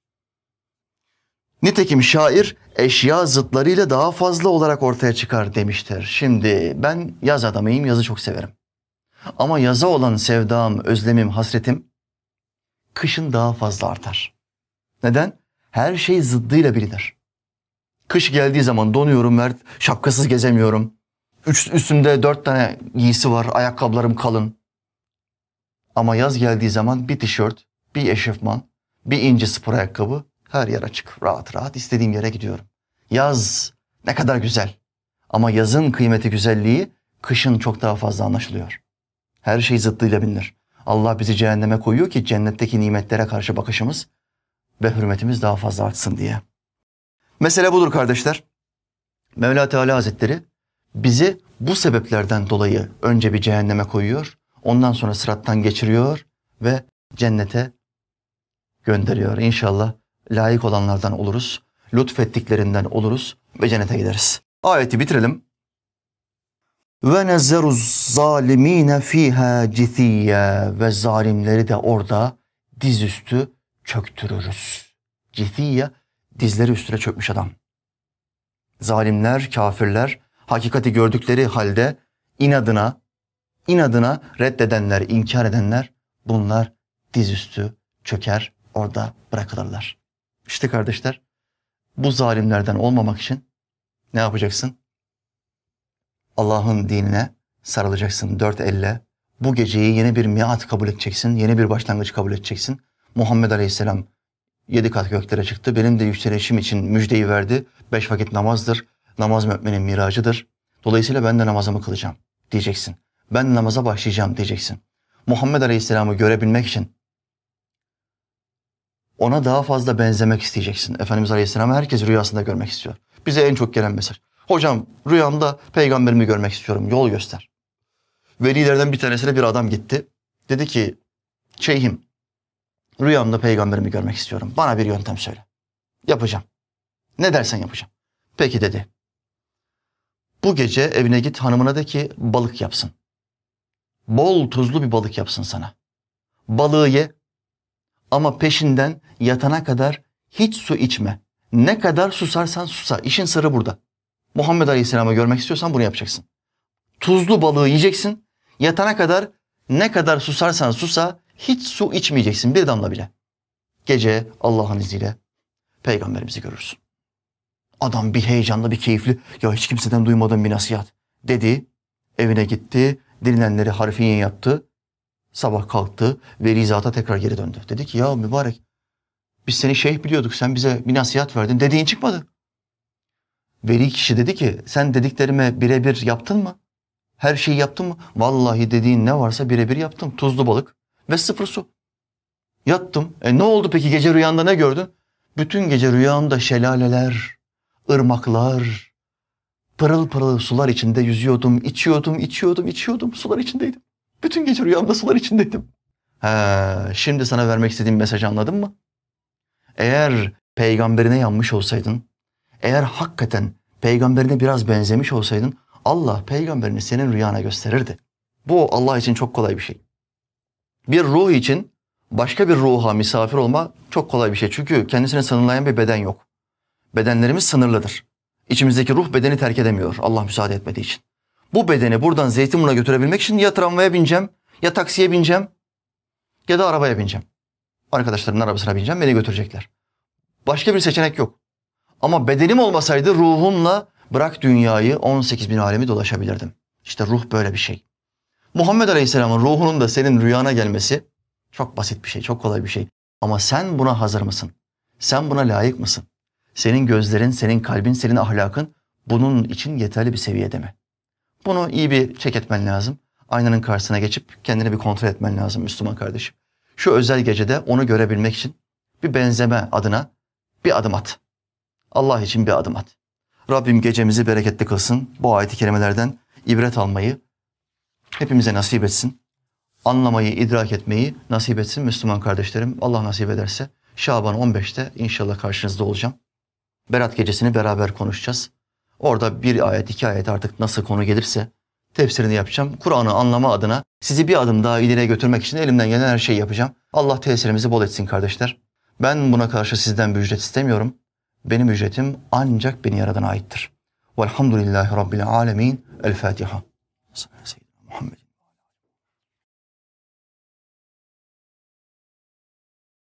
Nitekim şair eşya zıtlarıyla daha fazla olarak ortaya çıkar demiştir. Şimdi ben yaz adamıyım, yazı çok severim. Ama yaza olan sevdam, özlemim, hasretim kışın daha fazla artar. Neden? Her şey zıddıyla biridir. Kış geldiği zaman donuyorum Mert, şapkasız gezemiyorum. Üstümde 4 tane giysi var, ayakkabılarım kalın. Ama yaz geldiği zaman bir tişört, bir eşofman, bir ince spor ayakkabı, her yer açık. Rahat rahat istediğim yere gidiyorum. Yaz ne kadar güzel. Ama yazın kıymeti, güzelliği kışın çok daha fazla anlaşılıyor. Her şey zıddıyla bilinir. Allah bizi cehenneme koyuyor ki cennetteki nimetlere karşı bakışımız ve hürmetimiz daha fazla artsın diye. Mesele budur kardeşler. Mevla Teala Hazretleri bizi bu sebeplerden dolayı önce bir cehenneme koyuyor. Ondan sonra sırattan geçiriyor ve cennete gönderiyor. İnşallah layık olanlardan oluruz. Lütfettiklerinden oluruz ve cennete gideriz. Ayeti bitirelim. Ve nezeruz zalimine fiha cithiyye ve zalimleri de orada dizüstü çöktürürüz. Cithiyye dizleri üstüne çökmüş adam. Zalimler, kafirler hakikati gördükleri halde inadına reddedenler, inkar edenler bunlar dizüstü çöker, orada bırakılırlar. İşte kardeşler, bu zalimlerden olmamak için ne yapacaksın? Allah'ın dinine sarılacaksın dört elle. Bu geceyi yeni bir miat kabul edeceksin, yeni bir başlangıç kabul edeceksin. Muhammed Aleyhisselam 7 kat göklere çıktı. Benim de yükselişim için müjdeyi verdi. 5 vakit namazdır. Namaz müminin miracıdır. Dolayısıyla ben de namazımı kılacağım diyeceksin. Ben namaza başlayacağım diyeceksin. Muhammed Aleyhisselam'ı görebilmek için ona daha fazla benzemek isteyeceksin. Efendimiz Aleyhisselam'ı herkes rüyasında görmek istiyor. Bize en çok gelen mesaj. Hocam rüyamda peygamberimi görmek istiyorum. Yol göster. Velilerden bir tanesine bir adam gitti. Dedi ki şeyhim rüyamda peygamberimi görmek istiyorum. Bana bir yöntem söyle. Yapacağım. Ne dersen yapacağım. Peki dedi. Bu gece evine git hanımına de ki balık yapsın. Bol tuzlu bir balık yapsın sana. Balığı ye ama peşinden yatana kadar hiç su içme. Ne kadar susarsan susa. İşin sırrı burada. Muhammed Aleyhisselam'ı görmek istiyorsan bunu yapacaksın. Tuzlu balığı yiyeceksin. Yatana kadar ne kadar susarsan susa hiç su içmeyeceksin bir damla bile. Gece Allah'ın izniyle peygamberimizi görürsün. Adam bir heyecanlı bir keyifli ya hiç kimseden duymadığım bir nasihat dedi. Evine gitti. Dinlenenleri harfiyen yaptı. Sabah kalktı. Veli Zat'a tekrar geri döndü. Dedi ki ya mübarek biz seni şeyh biliyorduk. Sen bize bir nasihat verdin. Dediğin çıkmadı. Veli kişi dedi ki sen dediklerime birebir yaptın mı? Her şeyi yaptın mı? Vallahi dediğin ne varsa birebir yaptım. Tuzlu balık ve 0 su. Yattım. Ne oldu peki gece rüyanda ne gördün? Bütün gece rüyamda şelaleler, ırmaklar, pırıl pırıl sular içinde yüzüyordum, içiyordum, sular içindeydim. Bütün gece rüyamda sular içindeydim. Şimdi sana vermek istediğim mesajı anladın mı? Eğer peygamberine yanmış olsaydın, eğer hakikaten peygamberine biraz benzemiş olsaydın, Allah peygamberini senin rüyana gösterirdi. Bu Allah için çok kolay bir şey. Bir ruh için başka bir ruha misafir olma çok kolay bir şey. Çünkü kendisini sınırlayan bir beden yok. Bedenlerimiz sınırlıdır. İçimizdeki ruh bedeni terk edemiyor Allah müsaade etmediği için. Bu bedeni buradan Zeytinburnu'na götürebilmek için ya tramvaya bineceğim, ya taksiye bineceğim, ya da arabaya bineceğim. Arkadaşlarımın arabasına bineceğim, beni götürecekler. Başka bir seçenek yok. Ama bedenim olmasaydı ruhumla bırak dünyayı 18 bin alemi dolaşabilirdim. İşte ruh böyle bir şey. Muhammed Aleyhisselam'ın ruhunun da senin rüyana gelmesi çok basit bir şey, çok kolay bir şey. Ama sen buna hazır mısın? Sen buna layık mısın? Senin gözlerin, senin kalbin, senin ahlakın bunun için yeterli bir seviyede mi? Bunu iyi bir check etmen lazım. Aynanın karşısına geçip kendini bir kontrol etmen lazım Müslüman kardeşim. Şu özel gecede onu görebilmek için bir benzeme adına bir adım at. Allah için bir adım at. Rabbim gecemizi bereketli kılsın. Bu ayet-i kerimelerden ibret almayı hepimize nasip etsin. Anlamayı, idrak etmeyi nasip etsin Müslüman kardeşlerim. Allah nasip ederse Şaban 15'te inşallah karşınızda olacağım. Berat gecesini beraber konuşacağız. Orada bir ayet, 2 ayet artık nasıl konu gelirse tefsirini yapacağım. Kur'an'ı anlama adına sizi bir adım daha ileriye götürmek için elimden gelen her şeyi yapacağım. Allah tesirimizi bol etsin kardeşler. Ben buna karşı sizden bir ücret istemiyorum. Benim ücretim ancak beni yaradana aittir. Velhamdülillahi Rabbil alemin. El Fatiha. Muhammed.